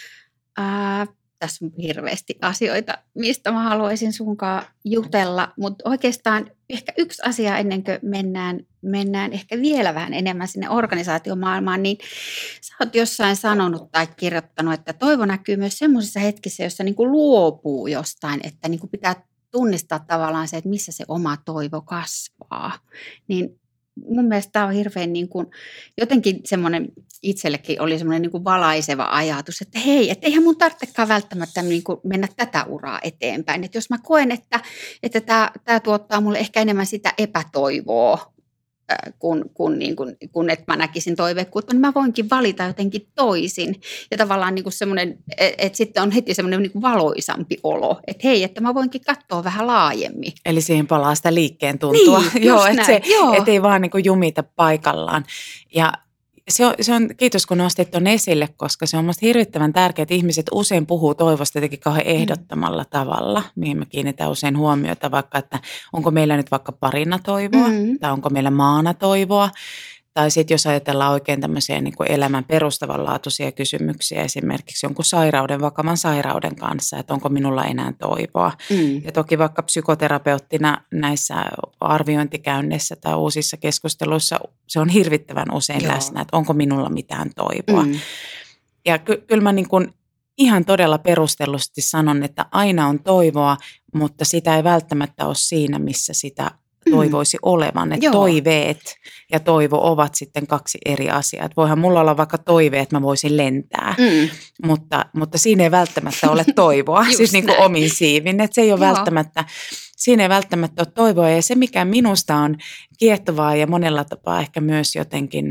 Äh, tässä on hirveästi asioita, mistä mä haluaisin sunkaan jutella, mutta oikeastaan ehkä yksi asia ennen kuin mennään, mennään ehkä vielä vähän enemmän sinne organisaatiomaailmaan, niin sä oot jossain sanonut tai kirjoittanut, että toivo näkyy myös semmoisissa hetkissä, jossa niin kuin luopuu jostain, että niin kuin pitää tunnistaa tavallaan se, että missä se oma toivo kasvaa. Niin mun mielestä tämä on hirveän niin kuin, jotenkin semmoinen, itsellekin oli semmoinen niin kuin valaiseva ajatus, että hei, että eihän mun tarvitsekaan välttämättä niin kuin mennä tätä uraa eteenpäin. Että jos mä koen, että, että tämä, tämä tuottaa mulle ehkä enemmän sitä epätoivoa, kun, kun, niin kun, kun että mä näkisin toiveikkuutta, niin mä voinkin valita jotenkin toisin. Ja tavallaan niin kuin semmoinen, että sitten on heti semmoinen niin kuin valoisampi olo, että hei, että mä voinkin katsoa vähän laajemmin. Eli siihen palaa sitä liikkeen tuntua. Niin, Joo, että se, Joo. et ei vaan niin kuin jumita paikallaan. Ja se on, se on, kiitos kun nostit tuon esille, koska se on musta hirvittävän tärkeää, että ihmiset usein puhuu toivosta jotenkin kauhean ehdottomalla mm. tavalla, mihin me kiinnitän usein huomiota, vaikka että onko meillä nyt vaikka parina toivoa mm. tai onko meillä maana toivoa. Tai sitten jos ajatellaan oikein tämmöisiä niin kuin elämän perustavanlaatuisia kysymyksiä, esimerkiksi jonkun sairauden, vakavan sairauden kanssa, että onko minulla enää toivoa. Mm. Ja toki vaikka psykoterapeuttina näissä arviointikäynneissä tai uusissa keskusteluissa se on hirvittävän usein Joo. läsnä, että onko minulla mitään toivoa. Mm. Ja ky- kyllä mä niin kuin ihan todella perustellusti sanon, että aina on toivoa, mutta sitä ei välttämättä ole siinä, missä sitä toivoisi olevan, että Joo. toiveet ja toivo ovat sitten kaksi eri asiaa. Että voihan mulla olla vaikka toive, että mä voisin lentää, mm. mutta, mutta siinä ei välttämättä ole toivoa, siis niin kuin omin siivin. Että se ei ole Joo. välttämättä, siinä ei välttämättä ole toivoa ja se mikä minusta on kiehtovaa ja monella tapaa ehkä myös jotenkin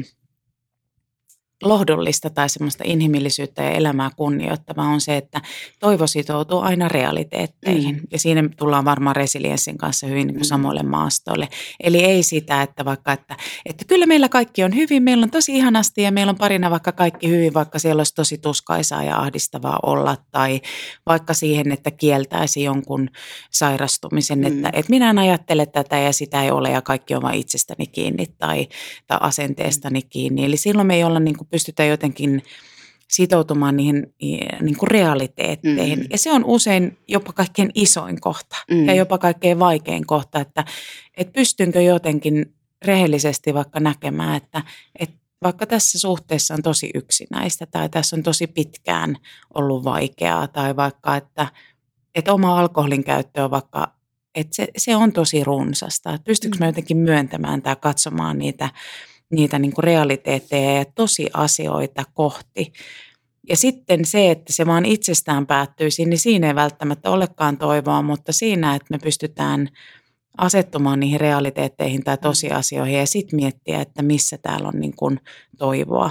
lohdullista tai semmoista inhimillisyyttä ja elämää kunnioittavaa on se, että toivo sitoutuu aina realiteetteihin. Mm. Ja siinä tullaan varmaan resilienssin kanssa hyvin niin kuin samoille maastoille. Eli ei sitä, että vaikka, että, että kyllä meillä kaikki on hyvin, meillä on tosi ihanasti ja meillä on parina vaikka kaikki hyvin, vaikka siellä olisi tosi tuskaisaa ja ahdistavaa olla. Tai vaikka siihen, että kieltäisi jonkun sairastumisen, mm. että, että minä en ajattele tätä ja sitä ei ole ja kaikki on vain itsestäni kiinni tai, tai asenteestani kiinni. Eli silloin me ei olla niin kuin pystytään jotenkin sitoutumaan niihin niin kuin realiteetteihin. Mm. Ja se on usein jopa kaikkein isoin kohta mm. ja jopa kaikkein vaikein kohta, että, että pystynkö jotenkin rehellisesti vaikka näkemään, että, että vaikka tässä suhteessa on tosi yksinäistä tai tässä on tosi pitkään ollut vaikeaa tai vaikka, että, että oma alkoholin käyttö on vaikka, että se, se on tosi runsasta. Että pystyykö mä jotenkin myöntämään tai katsomaan niitä niitä niin kuin realiteetteja ja tosiasioita kohti. Ja sitten se, että se vaan itsestään päättyisi, niin siinä ei välttämättä olekaan toivoa, mutta siinä, että me pystytään asettumaan niihin realiteetteihin tai tosiasioihin ja sitten miettiä, että missä täällä on niin kuin toivoa.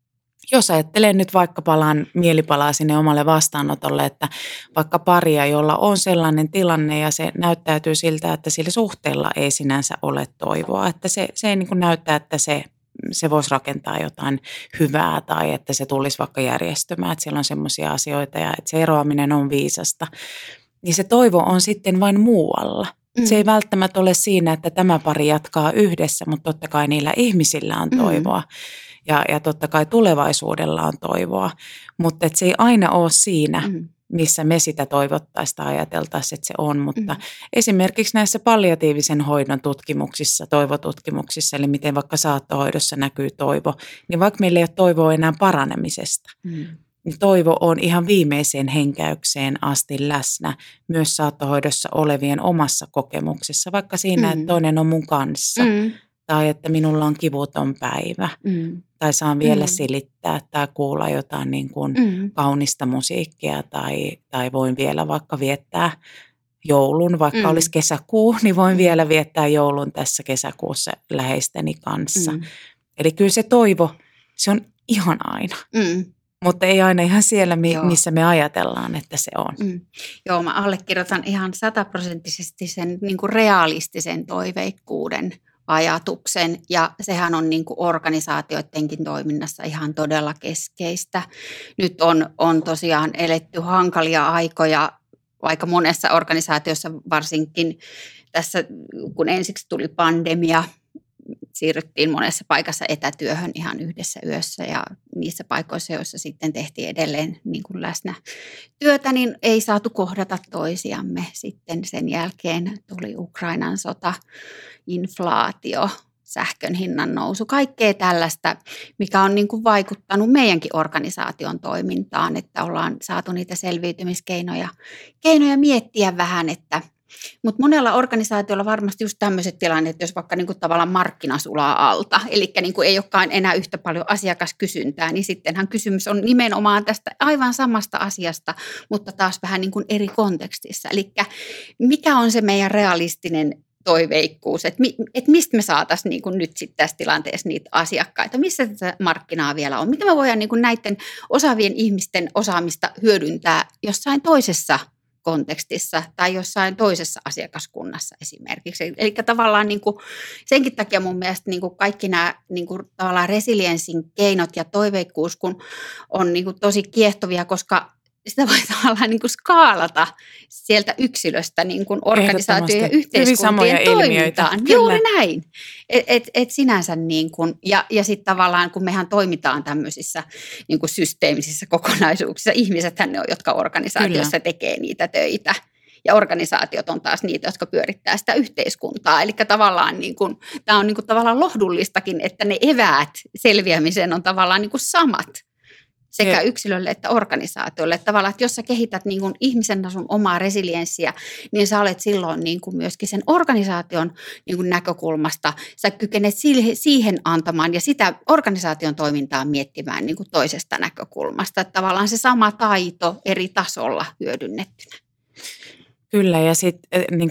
Jos ajattelen nyt vaikka palaan mielipalaa sinne omalle vastaanotolle, että vaikka paria, jolla on sellainen tilanne ja se näyttäytyy siltä, että sillä suhteella ei sinänsä ole toivoa, että se, se ei niin kuin näyttää, että se, se voisi rakentaa jotain hyvää tai että se tulisi vaikka järjestymään, että siellä on semmoisia asioita ja että se eroaminen on viisasta, niin se toivo on sitten vain muualla. Mm. Se ei välttämättä ole siinä, että tämä pari jatkaa yhdessä, mutta totta kai niillä ihmisillä on toivoa. Mm. Ja, ja totta kai tulevaisuudella on toivoa, mutta et se ei aina ole siinä, mm. missä me sitä toivottaisiin tai ajateltaisiin, että se on. Mutta mm. esimerkiksi näissä palliatiivisen hoidon tutkimuksissa, toivotutkimuksissa, eli miten vaikka saattohoidossa näkyy toivo, niin vaikka meillä ei ole toivoa enää paranemisesta, mm. niin toivo on ihan viimeiseen henkäykseen asti läsnä myös saattohoidossa olevien omassa kokemuksessa, vaikka siinä, mm. että toinen on mun kanssa. Mm. Tai että minulla on kivuton päivä, mm. tai saan vielä mm. silittää tai kuulla jotain niin kuin mm. kaunista musiikkia, tai, tai voin vielä vaikka viettää joulun, vaikka mm. olisi kesäkuu, niin voin vielä viettää joulun tässä kesäkuussa läheisteni kanssa. Mm. Eli kyllä se toivo, se on ihan aina. Mm. Mutta ei aina ihan siellä, missä me ajatellaan, että se on. Mm. Joo, mä allekirjoitan ihan sataprosenttisesti sen niin kuin realistisen toiveikkuuden ajatuksen, ja sehän on niin kuin organisaatioidenkin toiminnassa ihan todella keskeistä. Nyt on, on tosiaan eletty hankalia aikoja, vaikka monessa organisaatiossa varsinkin tässä, kun ensiksi tuli pandemia, siirryttiin monessa paikassa etätyöhön ihan yhdessä yössä, ja niissä paikoissa, joissa sitten tehtiin edelleen niin kuin läsnä työtä, niin ei saatu kohdata toisiamme. Sitten sen jälkeen tuli Ukrainan sota, inflaatio, sähkön hinnan nousu, kaikkea tällaista, mikä on niin kuin vaikuttanut meidänkin organisaation toimintaan, että ollaan saatu niitä selviytymiskeinoja keinoja miettiä vähän, että Mutta monella organisaatiolla varmasti just tämmöiset tilanteet, jos vaikka niinku tavallaan markkina sulaa alta, eli niinku ei olekaan enää yhtä paljon asiakaskysyntää, niin sittenhän kysymys on nimenomaan tästä aivan samasta asiasta, mutta taas vähän niinku eri kontekstissa. Eli mikä on se meidän realistinen toiveikkuus, että mi, et mistä me saataisiin niinku nyt sitten tässä tilanteessa niitä asiakkaita, missä tätä markkinaa vielä on, miten me voidaan niinku näiden osaavien ihmisten osaamista hyödyntää jossain toisessa kontekstissa tai jossain toisessa asiakaskunnassa esimerkiksi. Eli tavallaan niin kuin, senkin takia mun mielestä niin kuin kaikki nämä niin kuin, tavallaan resilienssin keinot ja toiveikkuus kun on niin kuin, tosi kiehtovia, koska sitä voi tavallaan niin kuin skaalata sieltä yksilöstä niin kuin organisaatio- ja yhteiskuntien toimintaan. Juuri näin. Et, et, et sinänsä niin kuin, ja, ja sitten tavallaan kun mehän toimitaan tämmöisissä niin kuin systeemisissä kokonaisuuksissa, ihmisethän ne on, jotka organisaatiossa Kyllä. tekee niitä töitä. Ja organisaatiot on taas niitä, jotka pyörittää sitä yhteiskuntaa. Eli tavallaan niin kuin, tämä on niin kuin tavallaan lohdullistakin, että ne eväät selviämiseen on tavallaan niin kuin samat. Sekä yksilölle että organisaatiolle. Että tavallaan, että jos sä kehität niin kuin ihmisen sun omaa resilienssiä, niin sä olet silloin niin kuin myöskin sen organisaation niin kuin näkökulmasta. Sä kykenet siihen antamaan ja sitä organisaation toimintaa miettimään niin kuin toisesta näkökulmasta. Että tavallaan se sama taito eri tasolla hyödynnettynä. Kyllä, ja sitten niin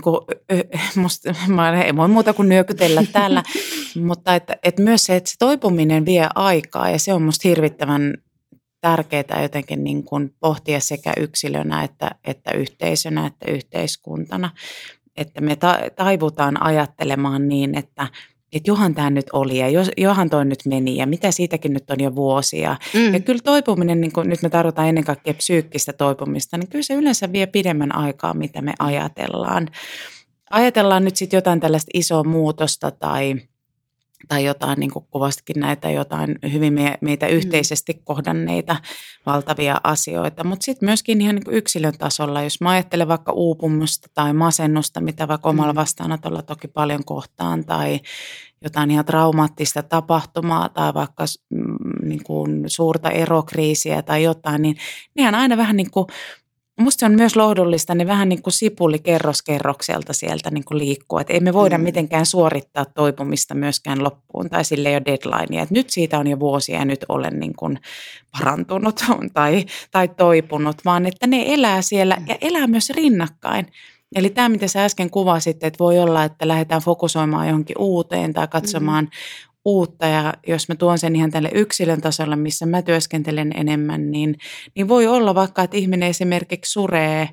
mä en voi muuta kuin nyökytellä täällä, mutta että, että myös se, että se toipuminen vie aikaa ja se on musta hirvittävän tärkeää jotenkin niin kuin pohtia sekä yksilönä että, että yhteisönä että yhteiskuntana, että me ta- taivutaan ajattelemaan niin, että, että johan tämä nyt oli ja johan toi nyt meni ja mitä siitäkin nyt on jo vuosia. Mm. Ja kyllä toipuminen, niin kuin nyt me tarvitaan ennen kaikkea psyykkistä toipumista, niin kyllä se yleensä vie pidemmän aikaa, mitä me ajatellaan. Ajatellaan nyt sitten jotain tällaista isoa muutosta tai tai jotain, niin kuin kuvastikin näitä jotain hyvin me, meitä yhteisesti kohdanneita valtavia asioita. Mutta sitten myöskin ihan niin kuin yksilön tasolla, jos mä ajattelen vaikka uupumusta tai masennusta, mitä vaikka omalla vastaanotolla toki paljon kohtaan, tai jotain ihan traumaattista tapahtumaa tai vaikka mm, niin kuin suurta erokriisiä tai jotain, niin nehän aina vähän niin kuin musta se on myös lohdullista, niin vähän niin kuin sipuli kerros kerrokselta sieltä niin kuin liikkuu. Että ei me voida mm. mitenkään suorittaa toipumista myöskään loppuun tai sille ei ole deadlinea. Että nyt siitä on jo vuosia ja nyt olen niin kuin parantunut tai, tai toipunut, vaan että ne elää siellä ja elää myös rinnakkain. Eli tämä, mitä sä äsken kuvasit, että voi olla, että lähdetään fokusoimaan johonkin uuteen tai katsomaan mm. uutta ja jos mä tuon sen ihan tälle yksilön tasolle, missä mä työskentelen enemmän, niin, niin voi olla vaikka, että ihminen esimerkiksi suree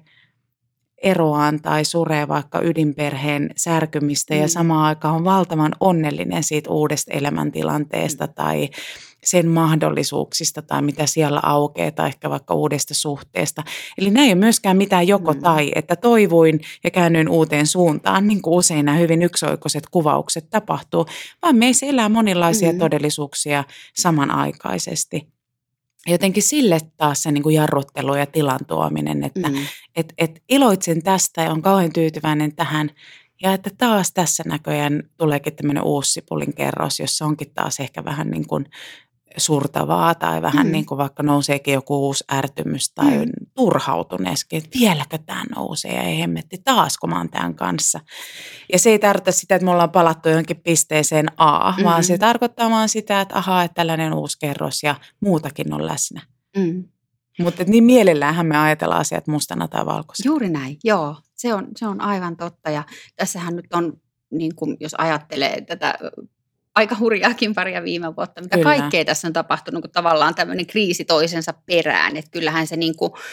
eroaan tai suree vaikka ydinperheen särkymistä mm. ja samaan aikaan on valtavan onnellinen siitä uudesta elämäntilanteesta mm. tai sen mahdollisuuksista tai mitä siellä aukeaa tai ehkä vaikka uudesta suhteesta. Eli näin ei ole myöskään mitään joko mm. tai, että toivuin ja käännyin uuteen suuntaan, niin kuin usein nämä hyvin yksioikoiset kuvaukset tapahtuu, vaan meissä elää monilaisia mm. todellisuuksia samanaikaisesti. Jotenkin sille taas se niin kuin jarruttelu ja tilan tuominen, että mm. et, et iloitsen tästä ja on kauhean tyytyväinen tähän. Ja että taas tässä näköjään tuleekin tämmöinen uusi sipulin kerros, jossa onkin taas ehkä vähän niin kuin surtavaa tai vähän mm. niin kuin vaikka nouseekin joku uusi ärtymys tai mm. turhautuneeskin, että vieläkö tämä nousee ja ei hemmetti taas, kun mä oon tämän kanssa. Ja se ei tarkoita sitä, että me ollaan palattu johonkin pisteeseen A, mm. vaan se tarkoittaa vaan sitä, että ahaa, että tällainen uusi kerros ja muutakin on läsnä. Mm. Mutta niin mielelläänhän me ajatellaan asiat mustana tai valkoisena. Juuri näin, joo. Se on, se on aivan totta ja tässähän nyt on, niin kuin jos ajattelee tätä aika hurjaakin paria viime vuotta, mitä Kyllä. kaikkea tässä on tapahtunut, kun tavallaan tämmöinen kriisi toisensa perään, että kyllähän se niin kuin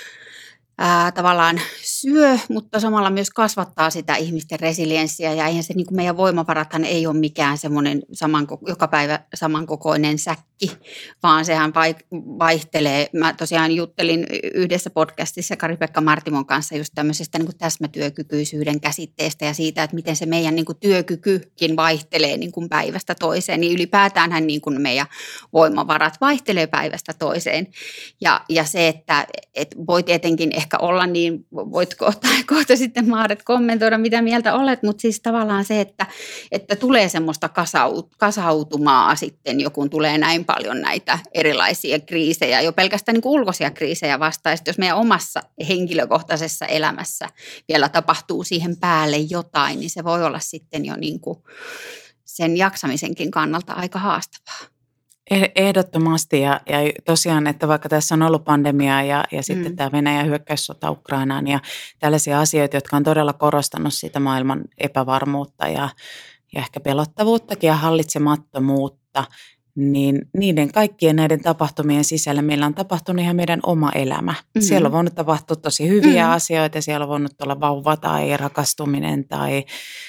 Ää, tavallaan syö, mutta samalla myös kasvattaa sitä ihmisten resilienssiä ja eihän se niin kuin meidän voimavarathan ei ole mikään semmoinen saman, joka päivä samankokoinen säkki, vaan sehän vaihtelee. Mä tosiaan juttelin yhdessä podcastissa Kari-Pekka Martimon kanssa just tämmöisestä niin kuin täsmätyökykyisyyden käsitteestä ja siitä, että miten se meidän niin kuin työkykykin vaihtelee niin kuin päivästä toiseen, niin ylipäätäänhän niin kuin meidän voimavarat vaihtelee päivästä toiseen ja, ja se, että et voi tietenkin ehkä ehkä olla, niin voit kohta, kohta sitten Maaret kommentoida, mitä mieltä olet, mutta siis tavallaan se, että, että tulee semmoista kasaut, kasautumaa sitten, joku tulee näin paljon näitä erilaisia kriisejä, jo pelkästään niin kuin ulkoisia kriisejä vastaan. Ja jos meidän omassa henkilökohtaisessa elämässä vielä tapahtuu siihen päälle jotain, niin se voi olla sitten jo niin kuin sen jaksamisenkin kannalta aika haastavaa. Ehdottomasti ja, ja tosiaan, että vaikka tässä on ollut pandemia ja, ja sitten mm. tämä Venäjän hyökkäyssota Ukrainaan ja tällaisia asioita, jotka on todella korostanut sitä maailman epävarmuutta ja, ja ehkä pelottavuuttakin ja hallitsemattomuutta, niin niiden kaikkien näiden tapahtumien sisällä meillä on tapahtunut ihan meidän oma elämä. Mm-hmm. Siellä on voinut tapahtua tosi hyviä mm-hmm. asioita, siellä on voinut olla vauva tai rakastuminen tai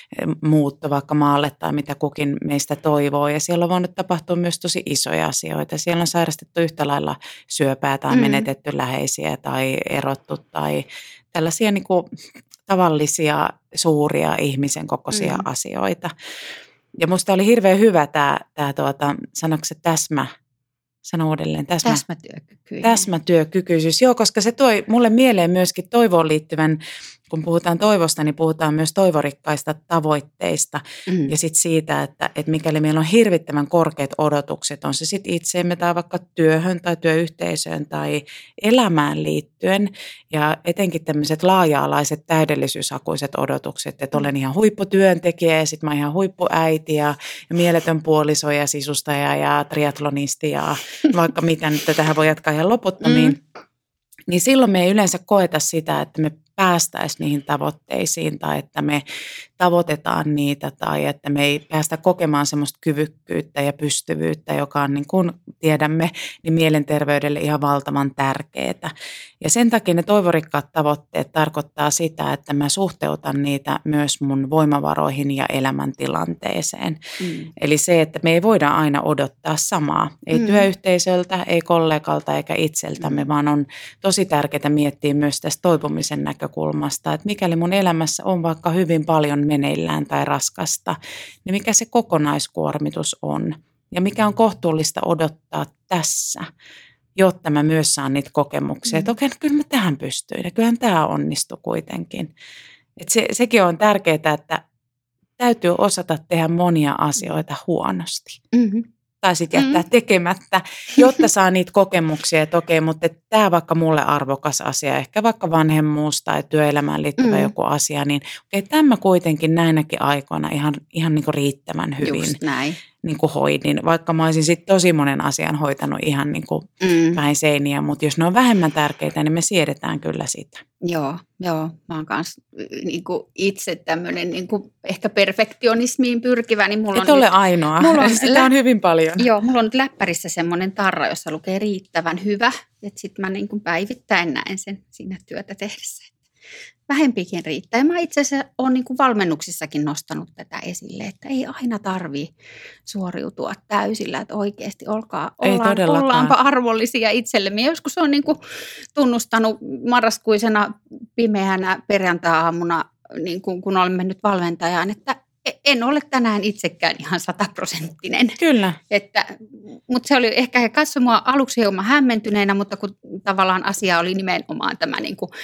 muutto vaikka maalle tai mitä kukin meistä toivoo. Ja siellä on voinut tapahtua myös tosi isoja asioita. Siellä on sairastettu yhtä lailla syöpää tai mm-hmm. menetetty läheisiä tai erottu tai tällaisia niin kuin tavallisia suuria ihmisen kokoisia mm-hmm. asioita. Ja musta oli hirveän hyvä tämä, tämä tuota, sanoiko se täsmä, sano uudelleen, täsmä, täsmätyökykyisyys. Täsmätyökykyisyys, joo, koska se toi mulle mieleen myöskin toivoon liittyvän, kun puhutaan toivosta, niin puhutaan myös toivorikkaista tavoitteista mm. ja sitten siitä, että, että mikäli meillä on hirvittävän korkeat odotukset, on se sitten itseemme tai vaikka työhön tai työyhteisöön tai elämään liittyen ja etenkin tämmöiset laaja-alaiset täydellisyyshakuiset odotukset, että olen ihan huipputyöntekijä ja sitten mä oon ihan huippuäiti ja, ja mieletön puoliso ja sisustaja ja triatlonisti ja vaikka mitä nyt tähän voi jatkaa ihan loputtomiin, mm. niin silloin me ei yleensä koeta sitä, että me päästäisiin niihin tavoitteisiin tai että me tavoitetaan niitä tai että me ei päästä kokemaan semmoista kyvykkyyttä ja pystyvyyttä, joka on niin kuin tiedämme, niin mielenterveydelle ihan valtavan tärkeää. Ja sen takia ne toivorikkaat tavoitteet tarkoittaa sitä, että mä suhteutan niitä myös mun voimavaroihin ja elämäntilanteeseen. Mm. Eli se, että me ei voida aina odottaa samaa. Ei mm. työyhteisöltä, ei kollegalta eikä itseltämme, mm. vaan on tosi tärkeää miettiä myös tästä toipumisen näkökulmasta, että mikäli mun elämässä on vaikka hyvin paljon meneillään tai raskasta, niin mikä se kokonaiskuormitus on ja mikä on kohtuullista odottaa tässä, jotta mä myös saan niitä kokemuksia, mm. että okei, kyllä mä tähän pystyin ja kyllähän tämä onnistui kuitenkin. Et se, sekin on tärkeää, että täytyy osata tehdä monia asioita huonosti. Mm-hmm. Tai sitten jättää mm. tekemättä, jotta saa niitä kokemuksia, että okei, mutta tämä vaikka mulle arvokas asia, ehkä vaikka vanhemmuus tai työelämään liittyvä mm. joku asia, niin okei, tämä kuitenkin näinäkin aikoina ihan, ihan niin kuin riittävän hyvin niin kuin hoidin, vaikka mä olisin sitten tosi monen asian hoitanut ihan niin kuin mm. päin seiniä, mutta jos ne on vähemmän tärkeitä, niin me siedetään kyllä sitä. Joo, joo. Mä oon kanssa niin kuin itse tämmöinen niin kuin ehkä perfektionismiin pyrkivä. Niin mulla Et on ole nyt, ainoa, mulla on sitä lä- on hyvin paljon. Joo, mulla on nyt läppärissä semmoinen tarra, jossa lukee riittävän hyvä, että sitten mä niin kuin päivittäin näen sen siinä työtä tehdessä. Vähempikin riittää. Ja mä itse asiassa olen niin kuin valmennuksissakin nostanut tätä esille, että ei aina tarvitse suoriutua täysillä, että oikeasti olkaa, ollaan, ollaanpa arvollisia itsellemme. Joskus on niin kuin tunnustanut marraskuisena pimeänä perjantai-aamuna, niin kuin, kun olen mennyt valmentajaan, että en ole tänään itsekään ihan sataprosenttinen. Kyllä. Että, mutta se oli ehkä, he katsoi mua aluksi hieman hämmentyneenä, mutta kun tavallaan asia oli nimenomaan tämä niin kuin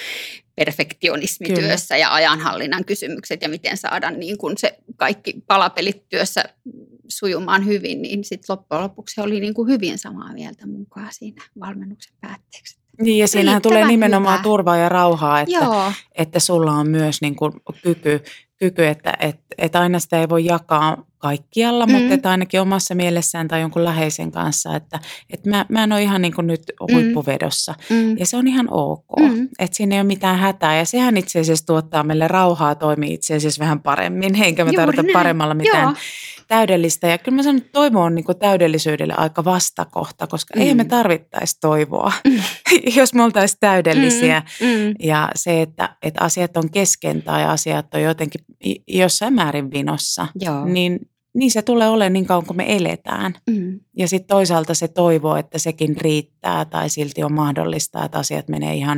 perfektionismityössä ja ajanhallinnan kysymykset ja miten saada niin kuin se kaikki palapelit työssä sujumaan hyvin, niin sitten loppujen lopuksi oli niin kuin hyvin samaa mieltä mukaan siinä valmennuksen päätteeksi. Niin ja siinähän tulee nimenomaan hyvä. Turvaa ja rauhaa, että, että sulla on myös niin kuin kyky, kyky että, että, että aina sitä ei voi jakaa kaikkialla, mm. mutta että ainakin omassa mielessään tai jonkun läheisen kanssa, että, että mä, mä en ole ihan niin kuin nyt huippuvedossa mm. ja se on ihan ok, mm. että siinä ei ole mitään hätää ja sehän itse asiassa tuottaa meille rauhaa, toimii itse asiassa vähän paremmin, eikä mä tarvita paremmalla mitään Joo. täydellistä ja kyllä mä sanon, että toivo on niin kuin täydellisyydelle aika vastakohta, koska mm. eihän me tarvittaisi toivoa, mm. jos me oltaisiin täydellisiä mm. Mm. ja se, että, että asiat on kesken tai asiat on jotenkin jossain määrin vinossa, Joo. niin Niin se tulee olemaan niin kauan kuin me eletään. Mm. Ja sitten toisaalta se toivoo, että sekin riittää tai silti on mahdollista, että asiat menee ihan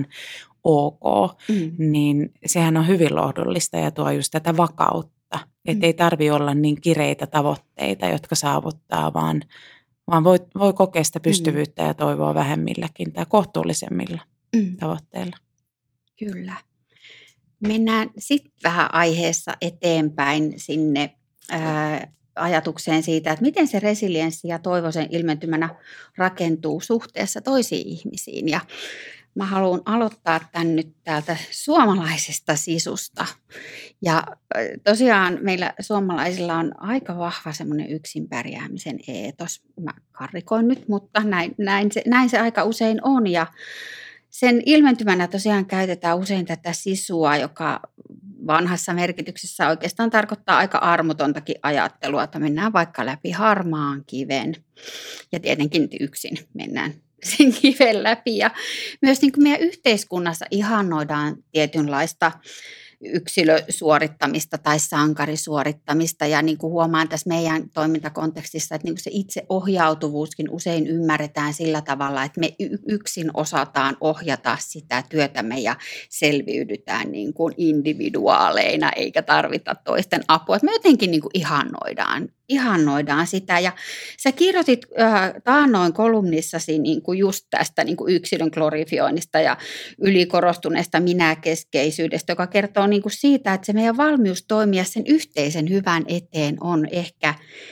ok. Mm. Niin sehän on hyvin lohdullista ja tuo just tätä vakautta. Että mm. ei tarvitse olla niin kireitä tavoitteita, jotka saavuttaa, vaan, vaan voi, voi kokea sitä pystyvyyttä mm. ja toivoa vähemmilläkin tai kohtuullisemmilla mm. tavoitteilla. Kyllä. Mennään sitten vähän aiheessa eteenpäin sinne Ää, ajatukseen siitä, että miten se resilienssi ja toivo sen ilmentymänä rakentuu suhteessa toisiin ihmisiin. Ja mä haluan aloittaa tämän nyt täältä suomalaisesta sisusta. Ja tosiaan meillä suomalaisilla on aika vahva semmoinen yksin pärjäämisen eetos. Mä karrikoin nyt, mutta näin, näin, se, näin se aika usein on. Ja sen ilmentymänä tosiaan käytetään usein tätä sisua, joka vanhassa merkityksessä oikeastaan tarkoittaa aika armotontakin ajattelua, että mennään vaikka läpi harmaan kiven. Ja tietenkin yksin mennään sen kiven läpi. Ja myös niin kuin meidän yhteiskunnassa ihannoidaan tietynlaista yksilösuorittamista tai sankarisuorittamista. Ja niin kuin huomaan tässä meidän toimintakontekstissa, että niin kuin se itseohjautuvuuskin usein ymmärretään sillä tavalla, että me yksin osataan ohjata sitä työtämme ja selviydytään niin kuin individuaaleina eikä tarvita toisten apua. Että me jotenkin niin kuin ihannoidaan, ihannoidaan sitä. Ja sä kirjoitit äh, taannoin kolumnissasi niin kuin just tästä niin kuin yksilön glorifioinnista ja ylikorostuneesta minäkeskeisyydestä, joka kertoo niin kuin siitä, että se meidän valmius toimia sen yhteisen hyvän eteen on ehkä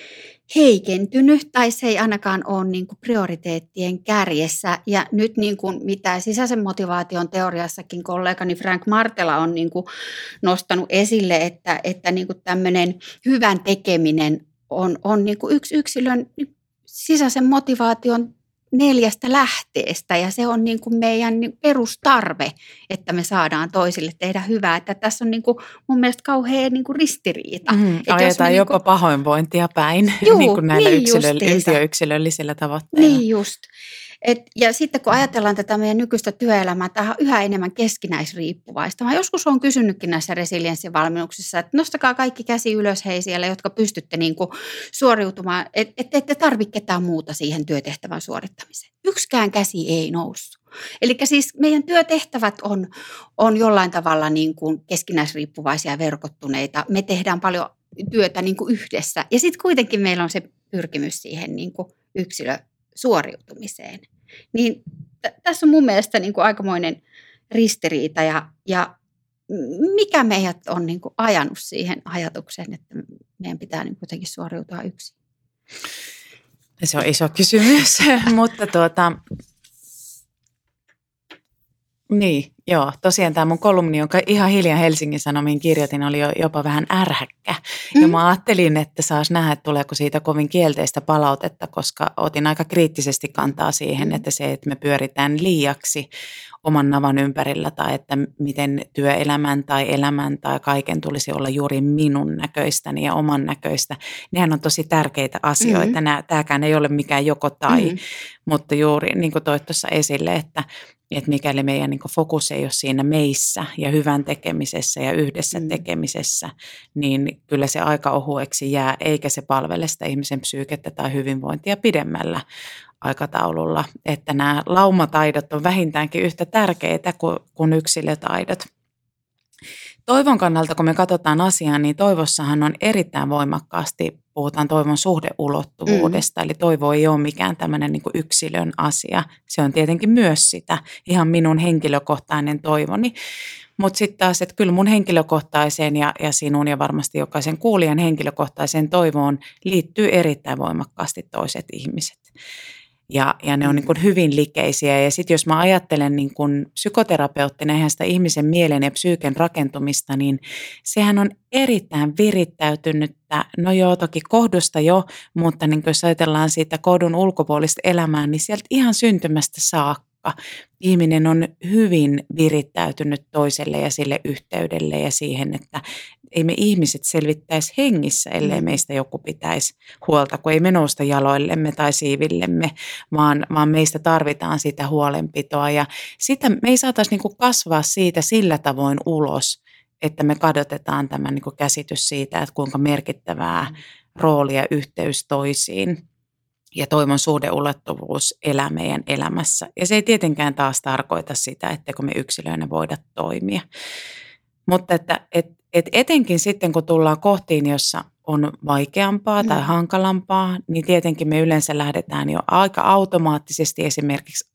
heikentynyt tai se ei ainakaan ole niin kuin prioriteettien kärjessä. Ja nyt niin kuin mitä sisäisen motivaation teoriassakin kollegani Frank Martela on niin kuin nostanut esille, että, että niin kuin tämmöinen hyvän tekeminen on, on niin kuin yksi yksilön sisäisen motivaation neljästä lähteestä ja se on niin kuin meidän perustarve, että me saadaan toisille tehdä hyvää. Että tässä on niin kuin mun mielestä kauhean niin kuin ristiriita. Mm, ajetaan niin jopa niin kuin pahoinvointia päin juu, niin kuin näillä niin yksilö, yksilöllisillä tavoitteilla. Niin just. Et, ja sitten kun ajatellaan tätä meidän nykyistä työelämää, tämä on yhä enemmän keskinäisriippuvaista. Mä joskus olen kysynytkin näissä resilienssivalmennuksissa, että nostakaa kaikki käsi ylös hei siellä, jotka pystytte niin kuin suoriutumaan, että et, ette tarvitse ketään muuta siihen työtehtävän suorittamiseen. Yksikään käsi ei noussut. Eli siis meidän työtehtävät on, on jollain tavalla niin kuin keskinäisriippuvaisia ja verkottuneita. Me tehdään paljon työtä niin kuin yhdessä ja sitten kuitenkin meillä on se pyrkimys siihen niin kuin yksilösuoriutumiseen. Niin t- tässä on mun mielestä niin kuin aikamoinen ristiriita ja, ja mikä meidät on niin kuin ajanut siihen ajatukseen, että meidän pitää niin kuitenkin suoriutua yksin. Se on iso kysymys, mutta tuota, niin, joo, tosiaan tämä mun kolumni, jonka ihan hiljan Helsingin Sanomiin kirjoitin, oli jo jopa vähän ärhäkkä. Mm. Ja mä ajattelin, että saas nähdä, että tuleeko siitä kovin kielteistä palautetta, koska otin aika kriittisesti kantaa siihen, että se, että me pyöritään liiaksi oman navan ympärillä tai että miten työelämän tai elämän tai kaiken tulisi olla juuri minun näköistäni ja oman näköistä. Nehän on tosi tärkeitä asioita. Mm-hmm. Tämäkään ei ole mikään joko tai, mm-hmm. mutta juuri niin kuin toit tuossa esille, että että mikäli meidän niin kuin fokus ei ole siinä meissä ja hyvän tekemisessä ja yhdessä mm. tekemisessä, niin kyllä se aika ohueksi jää, eikä se palvele sitä ihmisen psyykettä tai hyvinvointia pidemmällä aikataululla. Että nämä laumataidot on vähintäänkin yhtä tärkeitä kuin, kuin yksilötaidot. Toivon kannalta, kun me katsotaan asiaa, niin toivossahan on erittäin voimakkaasti, puhutaan toivon suhdeulottuvuudesta, mm. eli toivo ei ole mikään tämmöinen niin kuin yksilön asia. Se on tietenkin myös sitä, ihan minun henkilökohtainen toivoni. Mutta sitten taas, että kyllä mun henkilökohtaiseen ja, ja sinun ja varmasti jokaisen kuulijan henkilökohtaiseen toivoon liittyy erittäin voimakkaasti toiset ihmiset. Ja, ja ne on niin kuin hyvin likeisiä. Ja sitten jos mä ajattelen niin kuin psykoterapeuttina ihan sitä ihmisen mielen ja psyyken rakentumista, niin sehän on erittäin virittäytynyttä. No joo, toki kohdusta jo, mutta niin jos ajatellaan siitä kohdun ulkopuolista elämää, niin sieltä ihan syntymästä saakka ihminen on hyvin virittäytynyt toiselle ja sille yhteydelle ja siihen, että ei me ihmiset selvittäisi hengissä, ellei meistä joku pitäisi huolta, kun ei me nousta jaloillemme tai siivillemme, vaan, vaan meistä tarvitaan sitä huolenpitoa. Ja sitä me ei saataisi niin kuin kasvaa siitä sillä tavoin ulos, että me kadotetaan tämä niin kuin käsitys siitä, että kuinka merkittävää roolia yhteys toisiin ja toivon suhdeulottuvuus elää meidän elämässä. Ja se ei tietenkään taas tarkoita sitä, etteikö me yksilöinä voida toimia. Mutta että et, et etenkin sitten, kun tullaan kohtiin, jossa on vaikeampaa tai hankalampaa, niin tietenkin me yleensä lähdetään jo aika automaattisesti esimerkiksi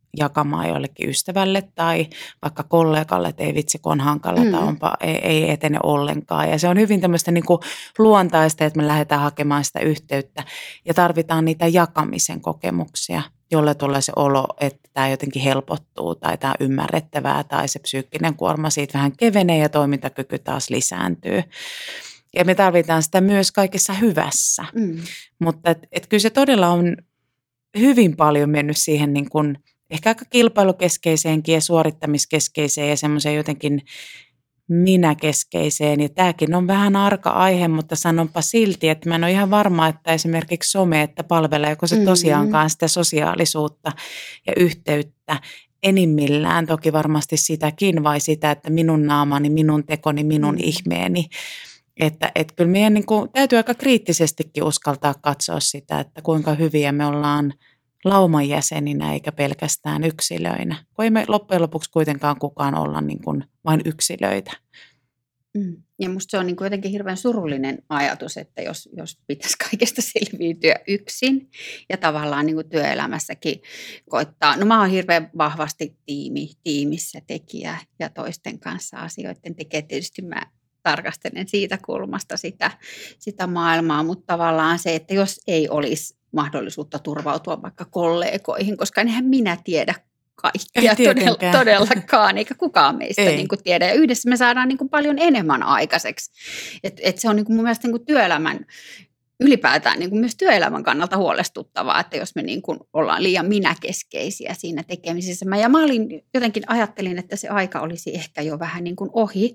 jakamaan jollekin ystävälle tai vaikka kollegalle, että ei vitsi, kun on hankala mm. tai onpa, ei, ei etene ollenkaan. Ja se on hyvin tämmöistä niin kuin luontaista, että me lähdetään hakemaan sitä yhteyttä ja tarvitaan niitä jakamisen kokemuksia, jolle tulee se olo, että tämä jotenkin helpottuu tai tämä on ymmärrettävää tai se psyykkinen kuorma siitä vähän kevenee ja toimintakyky taas lisääntyy. Ja me tarvitaan sitä myös kaikessa hyvässä, mm. mutta et, et kyllä se todella on hyvin paljon mennyt siihen niin kuin ehkä aika kilpailukeskeiseenkin ja suorittamiskeskeiseen ja semmoiseen jotenkin minäkeskeiseen. Ja tämäkin on vähän arka aihe, mutta sanonpa silti, että mä en ole ihan varma, että esimerkiksi some, että palveleeko se tosiaankaan sitä sosiaalisuutta ja yhteyttä enimmillään. Toki varmasti sitäkin vai sitä, että minun naamani, minun tekoni, minun mm. ihmeeni. Että et kyllä meidän niin kuin, täytyy aika kriittisestikin uskaltaa katsoa sitä, että kuinka hyviä me ollaan lauman jäseninä eikä pelkästään yksilöinä. Kun ei me loppujen lopuksi kuitenkaan kukaan olla niin kuin vain yksilöitä. Mm. Ja musta se on niin kuin jotenkin hirveän surullinen ajatus, että jos, jos pitäisi kaikesta selviytyä yksin ja tavallaan niin kuin työelämässäkin koittaa. No mä oon hirveän vahvasti tiimi, tiimissä tekijä ja toisten kanssa asioiden tekee. Tietysti mä tarkastelen siitä kulmasta sitä, sitä maailmaa, mutta tavallaan se, että jos ei olisi mahdollisuutta turvautua vaikka kollegoihin, koska enhän minä tiedä kaikkia todella, todellakaan, eikä kukaan meistä niin kuin tiedä. Ja yhdessä me saadaan niin kuin paljon enemmän aikaiseksi. Et, et se on niin kuin mun mielestä niin kuin työelämän, ylipäätään niin kuin myös työelämän kannalta huolestuttavaa, että jos me niin kuin ollaan liian minäkeskeisiä siinä tekemisessä. Mä, ja mä olin, jotenkin ajattelin, että se aika olisi ehkä jo vähän niin kuin ohi.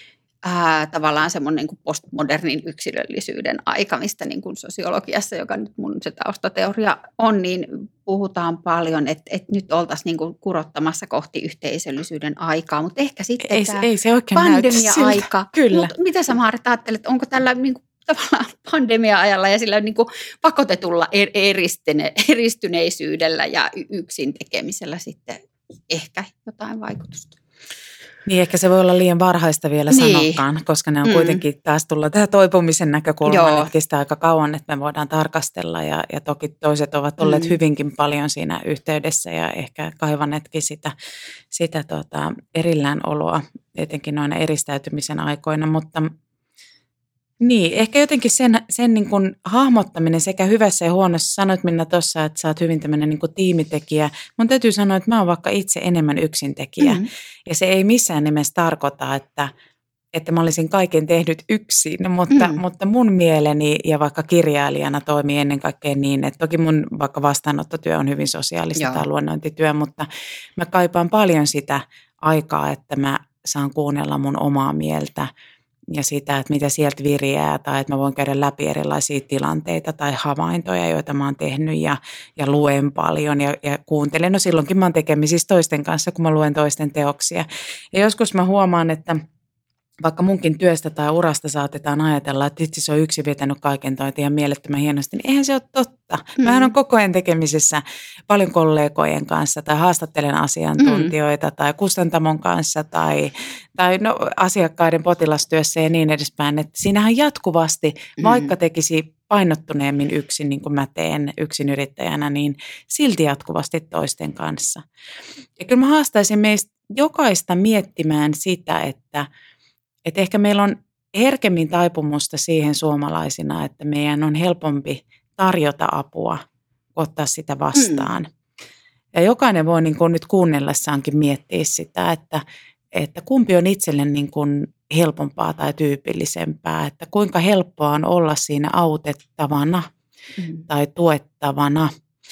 Ää, tavallaan semmoinen niin kuin postmodernin yksilöllisyyden aika, mistä niin kuin sosiologiassa, joka nyt mun se taustateoria on, niin puhutaan paljon, että, että nyt oltaisiin niin kuin kurottamassa kohti yhteisöllisyyden aikaa, mutta ehkä sitten ei, tämä ei se pandemia-aika. Kyllä. Mut mitä sä Maarit ajattelet, onko tällä niin kuin tavallaan pandemia-ajalla ja sillä niin kuin pakotetulla eristene, eristyneisyydellä ja yksin tekemisellä sitten ehkä jotain vaikutusta? Niin, ehkä se voi olla liian varhaista vielä niin sanokaan, koska ne on mm. kuitenkin taas tullut tähän toipumisen näkökulmaan, että kestää aika kauan, että me voidaan tarkastella ja, ja toki toiset ovat olleet mm. hyvinkin paljon siinä yhteydessä ja ehkä kaivanneetkin sitä, sitä tota, erilläänoloa, etenkin noina eristäytymisen aikoina, mutta niin, ehkä jotenkin sen, sen niin kuin hahmottaminen sekä hyvässä ja huonossa. Sanoit Minna tuossa, että sä oot hyvin tämmöinen niin kuin tiimitekijä. Mun täytyy sanoa, että mä oon vaikka itse enemmän yksintekijä. Mm-hmm. Ja se ei missään nimessä tarkoita, että, että mä olisin kaiken tehnyt yksin. Mutta, mm-hmm. mutta mun mieleni ja vaikka kirjailijana toimii ennen kaikkea niin, että toki mun vaikka vastaanottotyö on hyvin sosiaalista Joo. tai luennointityö, mutta mä kaipaan paljon sitä aikaa, että mä saan kuunnella mun omaa mieltä. Ja sitä, että mitä sieltä viriää tai että mä voin käydä läpi erilaisia tilanteita tai havaintoja, joita mä oon tehnyt ja, ja luen paljon ja, ja kuuntelen. No silloinkin mä oon tekemisissä toisten kanssa, kun mä luen toisten teoksia. Ja joskus mä huomaan, että vaikka munkin työstä tai urasta saatetaan ajatella, että itse se on yksi vetänyt kaiken toi ihan mielettömän hienosti, niin eihän se ole totta. Mm. Mähän on koko ajan tekemisissä paljon kollegojen kanssa tai haastattelen asiantuntijoita mm. tai kustantamon kanssa tai, tai no, asiakkaiden potilastyössä ja niin edespäin. Että siinähän jatkuvasti, mm. vaikka tekisi painottuneemmin yksin, niin kuin mä teen yksin yrittäjänä, niin silti jatkuvasti toisten kanssa. Ja kyllä mä haastaisin meistä jokaista miettimään sitä, että Että ehkä meillä on herkemmin taipumusta siihen suomalaisina, että meidän on helpompi tarjota apua, ottaa sitä vastaan. Mm. Ja jokainen voi niin kuin nyt kuunnellessaankin miettiä sitä, että, että kumpi on itselle niin kuin helpompaa tai tyypillisempää, että kuinka helppoa on olla siinä autettavana mm. tai tuettavana.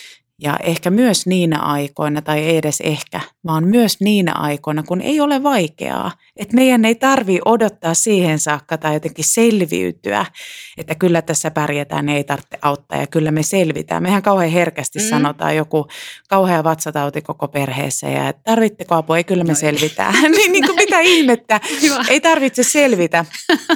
Ja ehkä myös niinä aikoina, tai ei edes ehkä, vaan myös niinä aikoina, kun ei ole vaikeaa. Että meidän ei tarvitse odottaa siihen saakka tai jotenkin selviytyä, että kyllä tässä pärjätään, ei tarvitse auttaa ja kyllä me selvitään. Mehän kauhean herkästi mm. sanotaan joku kauhea vatsatauti koko perheessä ja että tarvitteko apua, ei kyllä me no selvitään. niin, niin kuin mitä ihmettä, ei tarvitse selvitä,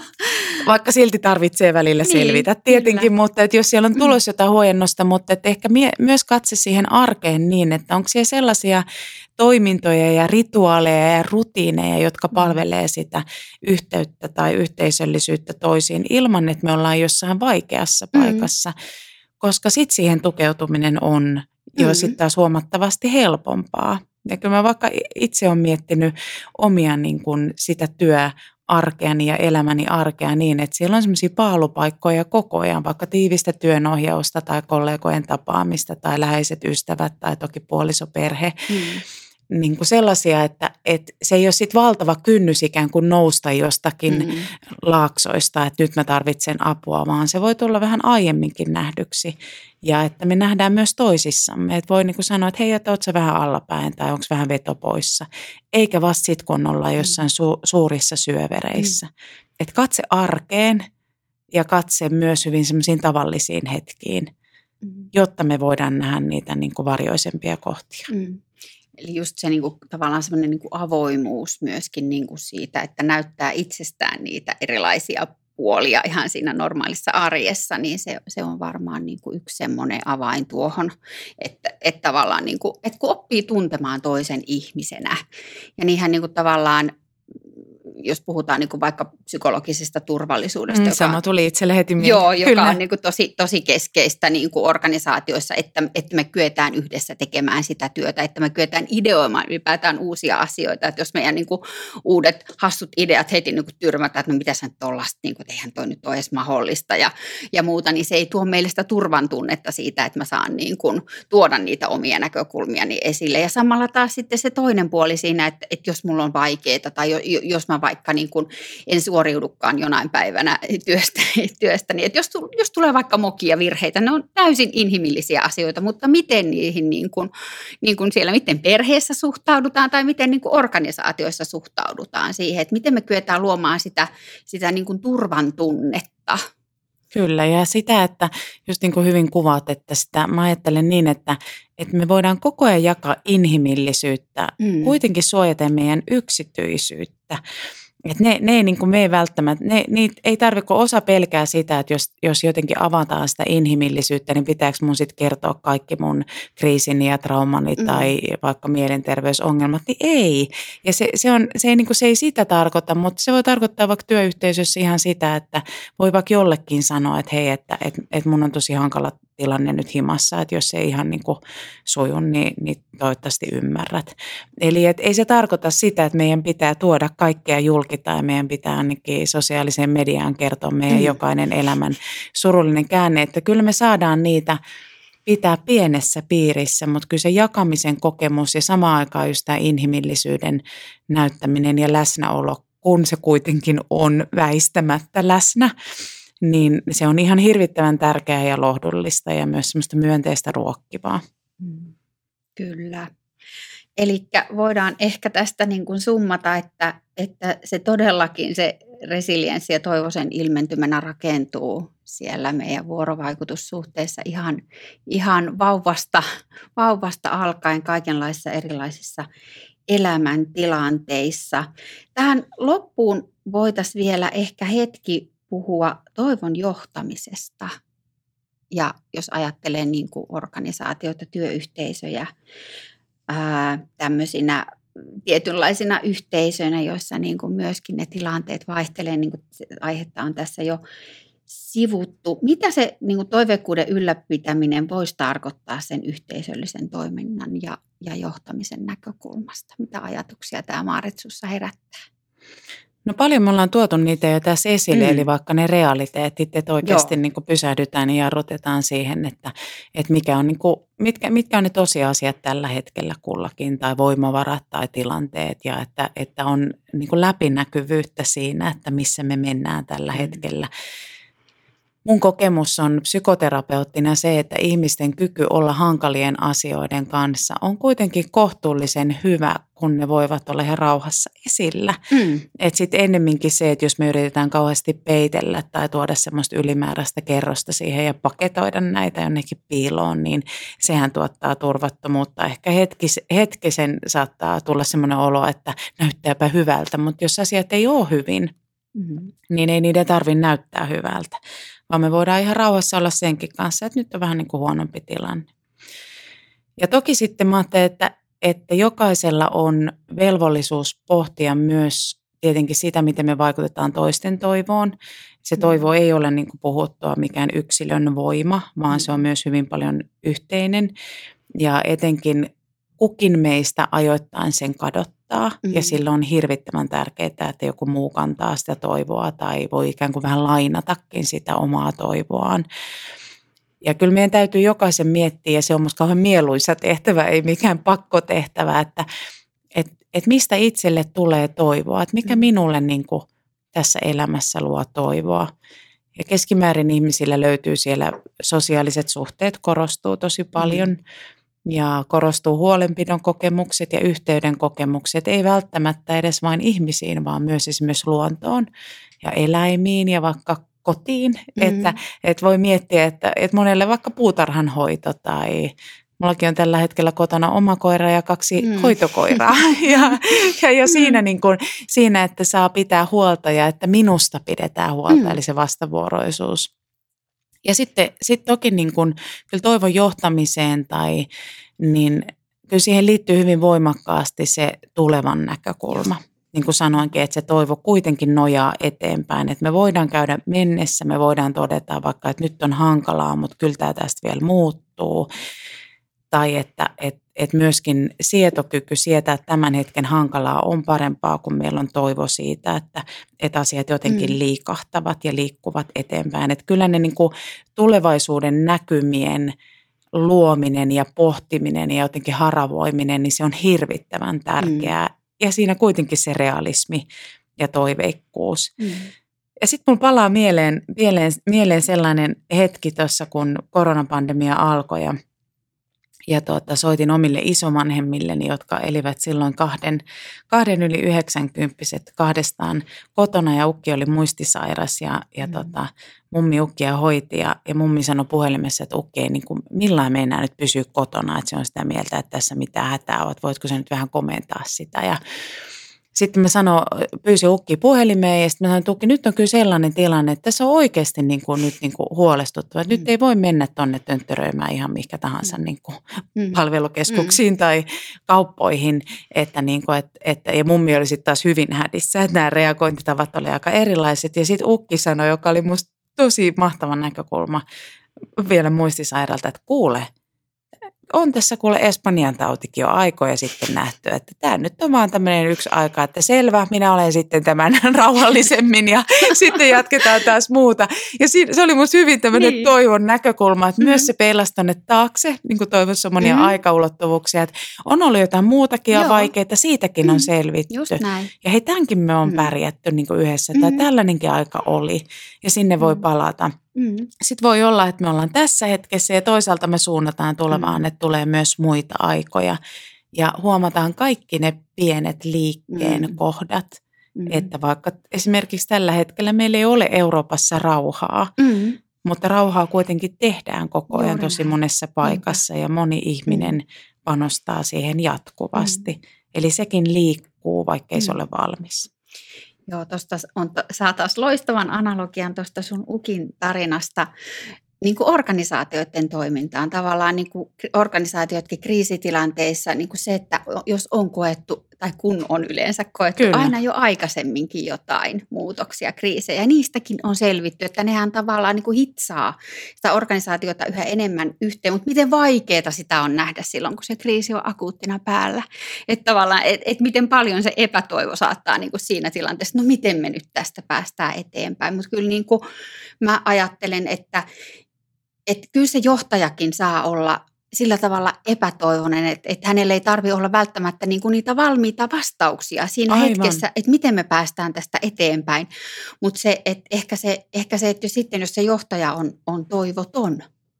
vaikka silti tarvitsee välillä niin, selvitä tietenkin, kyllä. Mutta että jos siellä on tulossa jotain huojennosta, mutta että ehkä mie- myös katse siihen arkeen niin, että onko siellä sellaisia toimintoja ja rituaaleja ja rutiineja, jotka palvelee sitä yhteyttä tai yhteisöllisyyttä toisiin ilman, että me ollaan jossain vaikeassa paikassa, mm. koska sitten siihen tukeutuminen on jo mm-hmm. sitten taas huomattavasti helpompaa. Ja kyllä mä vaikka itse olen miettinyt omia niin kuin sitä työarkeani ja elämäni arkea niin, että siellä on semmoisia paalupaikkoja koko ajan, vaikka tiivistä työnohjausta tai kollegojen tapaamista tai läheiset ystävät tai toki puolisoperhe. Mm. Niin kuin sellaisia, että, että se ei ole sitten valtava kynnys ikään kuin nousta jostakin mm-hmm. laaksoista, että nyt mä tarvitsen apua, vaan se voi tulla vähän aiemminkin nähdyksi. Ja että me nähdään myös toisissamme, että voi niin kuin sanoa, että hei, että ootko sä vähän allapäin tai onko vähän veto poissa. Eikä vasta sitten, kun ollaan jossain su- suurissa syövereissä. Mm. Että katse arkeen ja katse myös hyvin semmoisiin tavallisiin hetkiin, mm. jotta me voidaan nähdä niitä niin kuin varjoisempia kohtia. Mm. Eli just se niin kuin, tavallaan semmoinen niin kuin avoimuus myöskin niin kuin siitä, että näyttää itsestään niitä erilaisia puolia ihan siinä normaalissa arjessa, niin se, se on varmaan niin kuin yksi semmoinen avain tuohon, että, että tavallaan niin kuin, että kun oppii tuntemaan toisen ihmisenä ja niinhän niin kuin tavallaan, jos puhutaan niin kuin vaikka psykologisesta turvallisuudesta. Mm, joka, sama tuli itselle heti mieleen. Joo, joka Kyllä. on niin kuin tosi, tosi keskeistä niin kuin organisaatioissa, että, että me kyetään yhdessä tekemään sitä työtä, että me kyetään ideoimaan ylipäätään uusia asioita. Että jos meidän niin kuin uudet hassut ideat heti niin kuin tyrmätään, että no mitä sä nyt tollaista, niin kuin, että eihän toi nyt ole edes mahdollista ja, ja muuta, niin se ei tuo meille sitä turvan tunnetta siitä, että mä saan niin kuin tuoda niitä omia näkökulmiani esille. Ja samalla taas sitten se toinen puoli siinä, että, että jos mulla on vaikeaa tai jos mä vaikka niin kuin en suoriudukaan jonain päivänä työstä, työstä niin että jos, jos tulee vaikka mokia virheitä, ne on täysin inhimillisiä asioita, mutta miten niihin niin kuin, niin kuin siellä, miten perheessä suhtaudutaan tai miten niin kuin organisaatioissa suhtaudutaan siihen, että miten me kyetään luomaan sitä, sitä niin kuin turvan tunnetta. Kyllä, ja sitä, että just niin kuin hyvin kuvaat, että sitä, mä ajattelen niin, että, että me voidaan koko ajan jakaa inhimillisyyttä, mm. kuitenkin suojaten meidän yksityisyyttä. Että ne, ne ei niin kuin me ei välttämättä, ne, niitä ei tarvitse, kun osa pelkää sitä, että jos, jos jotenkin avataan sitä inhimillisyyttä, niin pitääkö mun sitten kertoa kaikki mun kriisini ja traumani mm. tai vaikka mielenterveysongelmat, niin ei. Ja se, se, on, se, ei, niin kuin, se ei sitä tarkoita, mutta se voi tarkoittaa vaikka työyhteisössä ihan sitä, että voi vaikka jollekin sanoa, että hei, että, että, että mun on tosi hankala tilanne nyt himassa, että jos se ei ihan niin kuin suju, niin, niin toivottavasti ymmärrät. Eli et ei se tarkoita sitä, että meidän pitää tuoda kaikkea julki tai meidän pitää ainakin sosiaaliseen mediaan kertoa meidän mm. jokainen elämän surullinen käänne, että kyllä me saadaan niitä pitää pienessä piirissä, mutta kyllä se jakamisen kokemus ja samaan aikaan just tämä inhimillisyyden näyttäminen ja läsnäolo, kun se kuitenkin on väistämättä läsnä, niin se on ihan hirvittävän tärkeää ja lohdullista ja myös semmoista myönteistä ruokkivaa. Kyllä. Eli voidaan ehkä tästä niin kuin summata, että, että se todellakin se resilienssi ja toivoisen ilmentymänä rakentuu siellä meidän vuorovaikutussuhteessa ihan, ihan vauvasta, vauvasta alkaen kaikenlaisissa erilaisissa elämäntilanteissa. Tähän loppuun voitaisiin vielä ehkä hetki puhua toivon johtamisesta. Ja jos ajattelee niin kuin organisaatioita, työyhteisöjä, ää, tämmöisinä tietynlaisina yhteisöinä, joissa niin kuin myöskin ne tilanteet vaihtelee, niin kuin aihetta on tässä jo sivuttu. Mitä se niin kuin toiveikkuuden ylläpitäminen voisi tarkoittaa sen yhteisöllisen toiminnan ja, ja johtamisen näkökulmasta? Mitä ajatuksia tämä Maarit sussa herättää? No paljon me ollaan tuotu niitä jo tässä esille, mm. eli vaikka ne realiteetit, että oikeasti niin kuin pysähdytään ja jarrutetaan siihen, että, että mikä on, niin kuin, mitkä, mitkä on ne tosiasiat tällä hetkellä kullakin, tai voimavarat tai tilanteet, ja että, että on niin kuin läpinäkyvyyttä siinä, että missä me mennään tällä mm. hetkellä. Mun kokemus on psykoterapeuttina se, että ihmisten kyky olla hankalien asioiden kanssa on kuitenkin kohtuullisen hyvä, kun ne voivat olla ihan rauhassa esillä. Mm. Että sitten ennemminkin se, että jos me yritetään kauheasti peitellä tai tuoda semmoista ylimääräistä kerrosta siihen ja paketoida näitä jonnekin piiloon, niin sehän tuottaa turvattomuutta. Ehkä hetkis, hetkisen saattaa tulla semmoinen olo, että näyttääpä hyvältä, mutta jos asiat ei ole hyvin, mm. niin ei niiden tarvitse näyttää hyvältä. Vaan me voidaan ihan rauhassa olla senkin kanssa, että nyt on vähän niin kuin huonompi tilanne. Ja toki sitten mä ajattelen, että, että jokaisella on velvollisuus pohtia myös tietenkin sitä, miten me vaikutetaan toisten toivoon. Se toivo ei ole niin kuin puhuttua mikään yksilön voima, vaan se on myös hyvin paljon yhteinen. ja etenkin kukin meistä ajoittain sen kadottaa mm. ja silloin on hirvittävän tärkeää, että joku muu kantaa sitä toivoa tai voi ikään kuin vähän lainatakin sitä omaa toivoaan. Ja kyllä meidän täytyy jokaisen miettiä, ja se on musta kauhean mieluisa tehtävä, ei mikään pakkotehtävä, että et, et mistä itselle tulee toivoa, että mikä minulle niin kuin tässä elämässä luo toivoa. Ja keskimäärin ihmisillä löytyy siellä sosiaaliset suhteet, korostuu tosi paljon ja korostuu huolenpidon kokemukset ja yhteyden kokemukset, ei välttämättä edes vain ihmisiin, vaan myös esimerkiksi luontoon ja eläimiin ja vaikka kotiin, mm. että, että voi miettiä, että, että monelle vaikka puutarhanhoito tai mullakin on tällä hetkellä kotona oma koira ja kaksi mm. hoitokoiraa ja, ja, ja siinä, niin kuin, siinä, että saa pitää huolta ja että minusta pidetään huolta, mm. eli se vastavuoroisuus. Ja sitten sit toki niin kuin, kyllä toivon johtamiseen tai niin kyllä siihen liittyy hyvin voimakkaasti se tulevan näkökulma. Niin kuin sanoinkin, että se toivo kuitenkin nojaa eteenpäin, että me voidaan käydä mennessä, me voidaan todeta vaikka, että nyt on hankalaa, mutta kyllä tämä tästä vielä muuttuu. Tai että et, et myöskin sietokyky sietää tämän hetken hankalaa on parempaa, kun meillä on toivo siitä, että, että asiat jotenkin mm. liikahtavat ja liikkuvat eteenpäin. Että kyllä ne niin kuin tulevaisuuden näkymien luominen ja pohtiminen ja jotenkin haravoiminen, niin se on hirvittävän tärkeää. Mm. Ja siinä kuitenkin se realismi ja toiveikkuus. Mm. Ja sitten mun palaa mieleen, mieleen, mieleen sellainen hetki tuossa, kun koronapandemia alkoi ja, ja tuota, soitin omille isomanhemmilleni, jotka elivät silloin kahden, kahden yli yhdeksänkymppiset kahdestaan kotona ja ukki oli muistisairas ja, ja mm. tota, mummi ukkia hoiti ja, ja mummi sanoi puhelimessa, että ukki ei niin kuin millään meinaa nyt pysyä kotona, että se on sitä mieltä, että tässä mitään hätää on, että voitko sä nyt vähän komentaa sitä ja sitten mä sanoin, pyysin ukki puhelimeen ja sitten mä sanoin, että ukki, nyt on kyllä sellainen tilanne, että tässä on oikeasti niin kuin, nyt niin kuin huolestuttava. Että mm. nyt ei voi mennä tuonne tönttöröimään ihan mihinkä tahansa niin kuin mm. palvelukeskuksiin mm. tai kauppoihin. Että niin kuin, että, että, ja mummi oli sitten taas hyvin hädissä, että nämä reagointitavat oli aika erilaiset. Ja sitten ukki sanoi, joka oli musta tosi mahtava näkökulma vielä muistisairaalta, että kuule, on tässä kuule Espanjan tautikin jo aikoja sitten nähty, että tämä nyt on vaan tämmöinen yksi aika, että selvä, minä olen sitten tämän rauhallisemmin ja sitten jatketaan taas muuta. Ja se oli musta hyvin tämmöinen niin. toivon näkökulma, että mm-hmm. myös se peilasi tuonne taakse, niin kuin toivossa monia mm-hmm. aikaulottuvuuksia, että on ollut jotain muutakin ja vaikeaa, siitäkin mm-hmm. on selvitty. Just näin. Ja hei, tämänkin me on mm-hmm. pärjätty niin kuin yhdessä, tai mm-hmm. tällainenkin aika oli ja sinne voi palata. Mm. Sitten voi olla, että me ollaan tässä hetkessä ja toisaalta me suunnataan tulevaan, mm. että tulee myös muita aikoja ja huomataan kaikki ne pienet liikkeen mm. kohdat, mm. että vaikka esimerkiksi tällä hetkellä meillä ei ole Euroopassa rauhaa, mm. mutta rauhaa kuitenkin tehdään koko ajan Juuri tosi monessa paikassa mm. ja moni ihminen mm. panostaa siihen jatkuvasti. Mm. Eli sekin liikkuu, vaikka ei mm. se ole valmis. Joo, tuosta on, saa taas loistavan analogian tuosta sun ukin tarinasta niin kuin organisaatioiden toimintaan. Tavallaan niin kuin organisaatiotkin kriisitilanteissa, niin kuin se, että jos on koettu tai kun on yleensä koettu Kyllä. aina jo aikaisemminkin jotain muutoksia, kriisejä. Ja niistäkin on selvitty, että nehän tavallaan niin kuin hitsaa sitä organisaatiota yhä enemmän yhteen. Mutta miten vaikeaa sitä on nähdä silloin, kun se kriisi on akuuttina päällä. Että tavallaan, et, et miten paljon se epätoivo saattaa niin kuin siinä tilanteessa, no miten me nyt tästä päästään eteenpäin. Mutta kyllä niin kuin mä ajattelen, että Että kyllä se johtajakin saa olla sillä tavalla epätoivoinen, että, että hänellä ei tarvitse olla välttämättä niin kuin niitä valmiita vastauksia siinä Aivan. hetkessä, että miten me päästään tästä eteenpäin. Mutta se, että ehkä se, ehkä se, että sitten jos se johtaja on, on toivoton,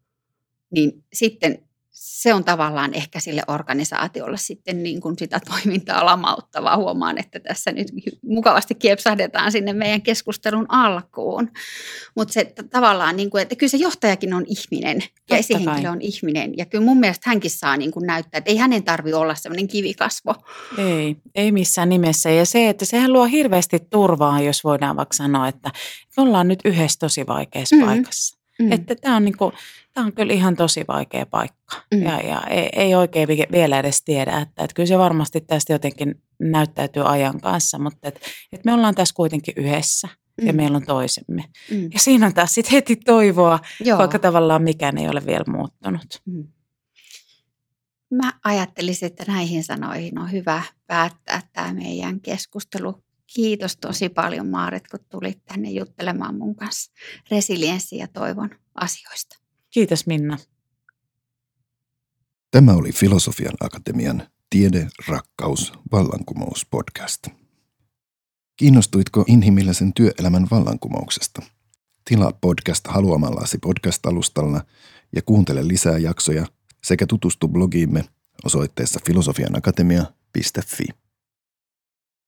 niin sitten se on tavallaan ehkä sille organisaatiolle sitten niin kuin sitä toimintaa lamauttavaa. Huomaan, että tässä nyt mukavasti kiepsahdetaan sinne meidän keskustelun alkuun. Mutta se tavallaan, niin kuin, että kyllä se johtajakin on ihminen ja esihenkilö on ihminen. Ja kyllä mun mielestä hänkin saa niin kuin näyttää, että ei hänen tarvitse olla sellainen kivikasvo. Ei, ei missään nimessä. Ja se, että sehän luo hirveästi turvaa, jos voidaan vaikka sanoa, että me ollaan nyt yhdessä tosi vaikeassa mm-hmm. paikassa. Mm. Että tämä on, niinku, tää on kyllä ihan tosi vaikea paikka mm. ja, ja ei, ei oikein vielä edes tiedä, että, että kyllä se varmasti tästä jotenkin näyttäytyy ajan kanssa, mutta että, että me ollaan tässä kuitenkin yhdessä mm. ja meillä on toisemme. Mm. Ja siinä on taas sitten heti toivoa, Joo. vaikka tavallaan mikään ei ole vielä muuttunut. Mm. mä ajattelisin, että näihin sanoihin on hyvä päättää tämä meidän keskustelu. Kiitos tosi paljon, Maaret, kun tulit tänne juttelemaan mun kanssa resilienssin ja toivon asioista. Kiitos, Minna. Tämä oli Filosofian Akatemian Tiede, rakkaus, vallankumous podcast. Kiinnostuitko inhimillisen työelämän vallankumouksesta? Tilaa podcast haluamallasi podcast-alustalla ja kuuntele lisää jaksoja sekä tutustu blogiimme osoitteessa filosofianakatemia piste fi.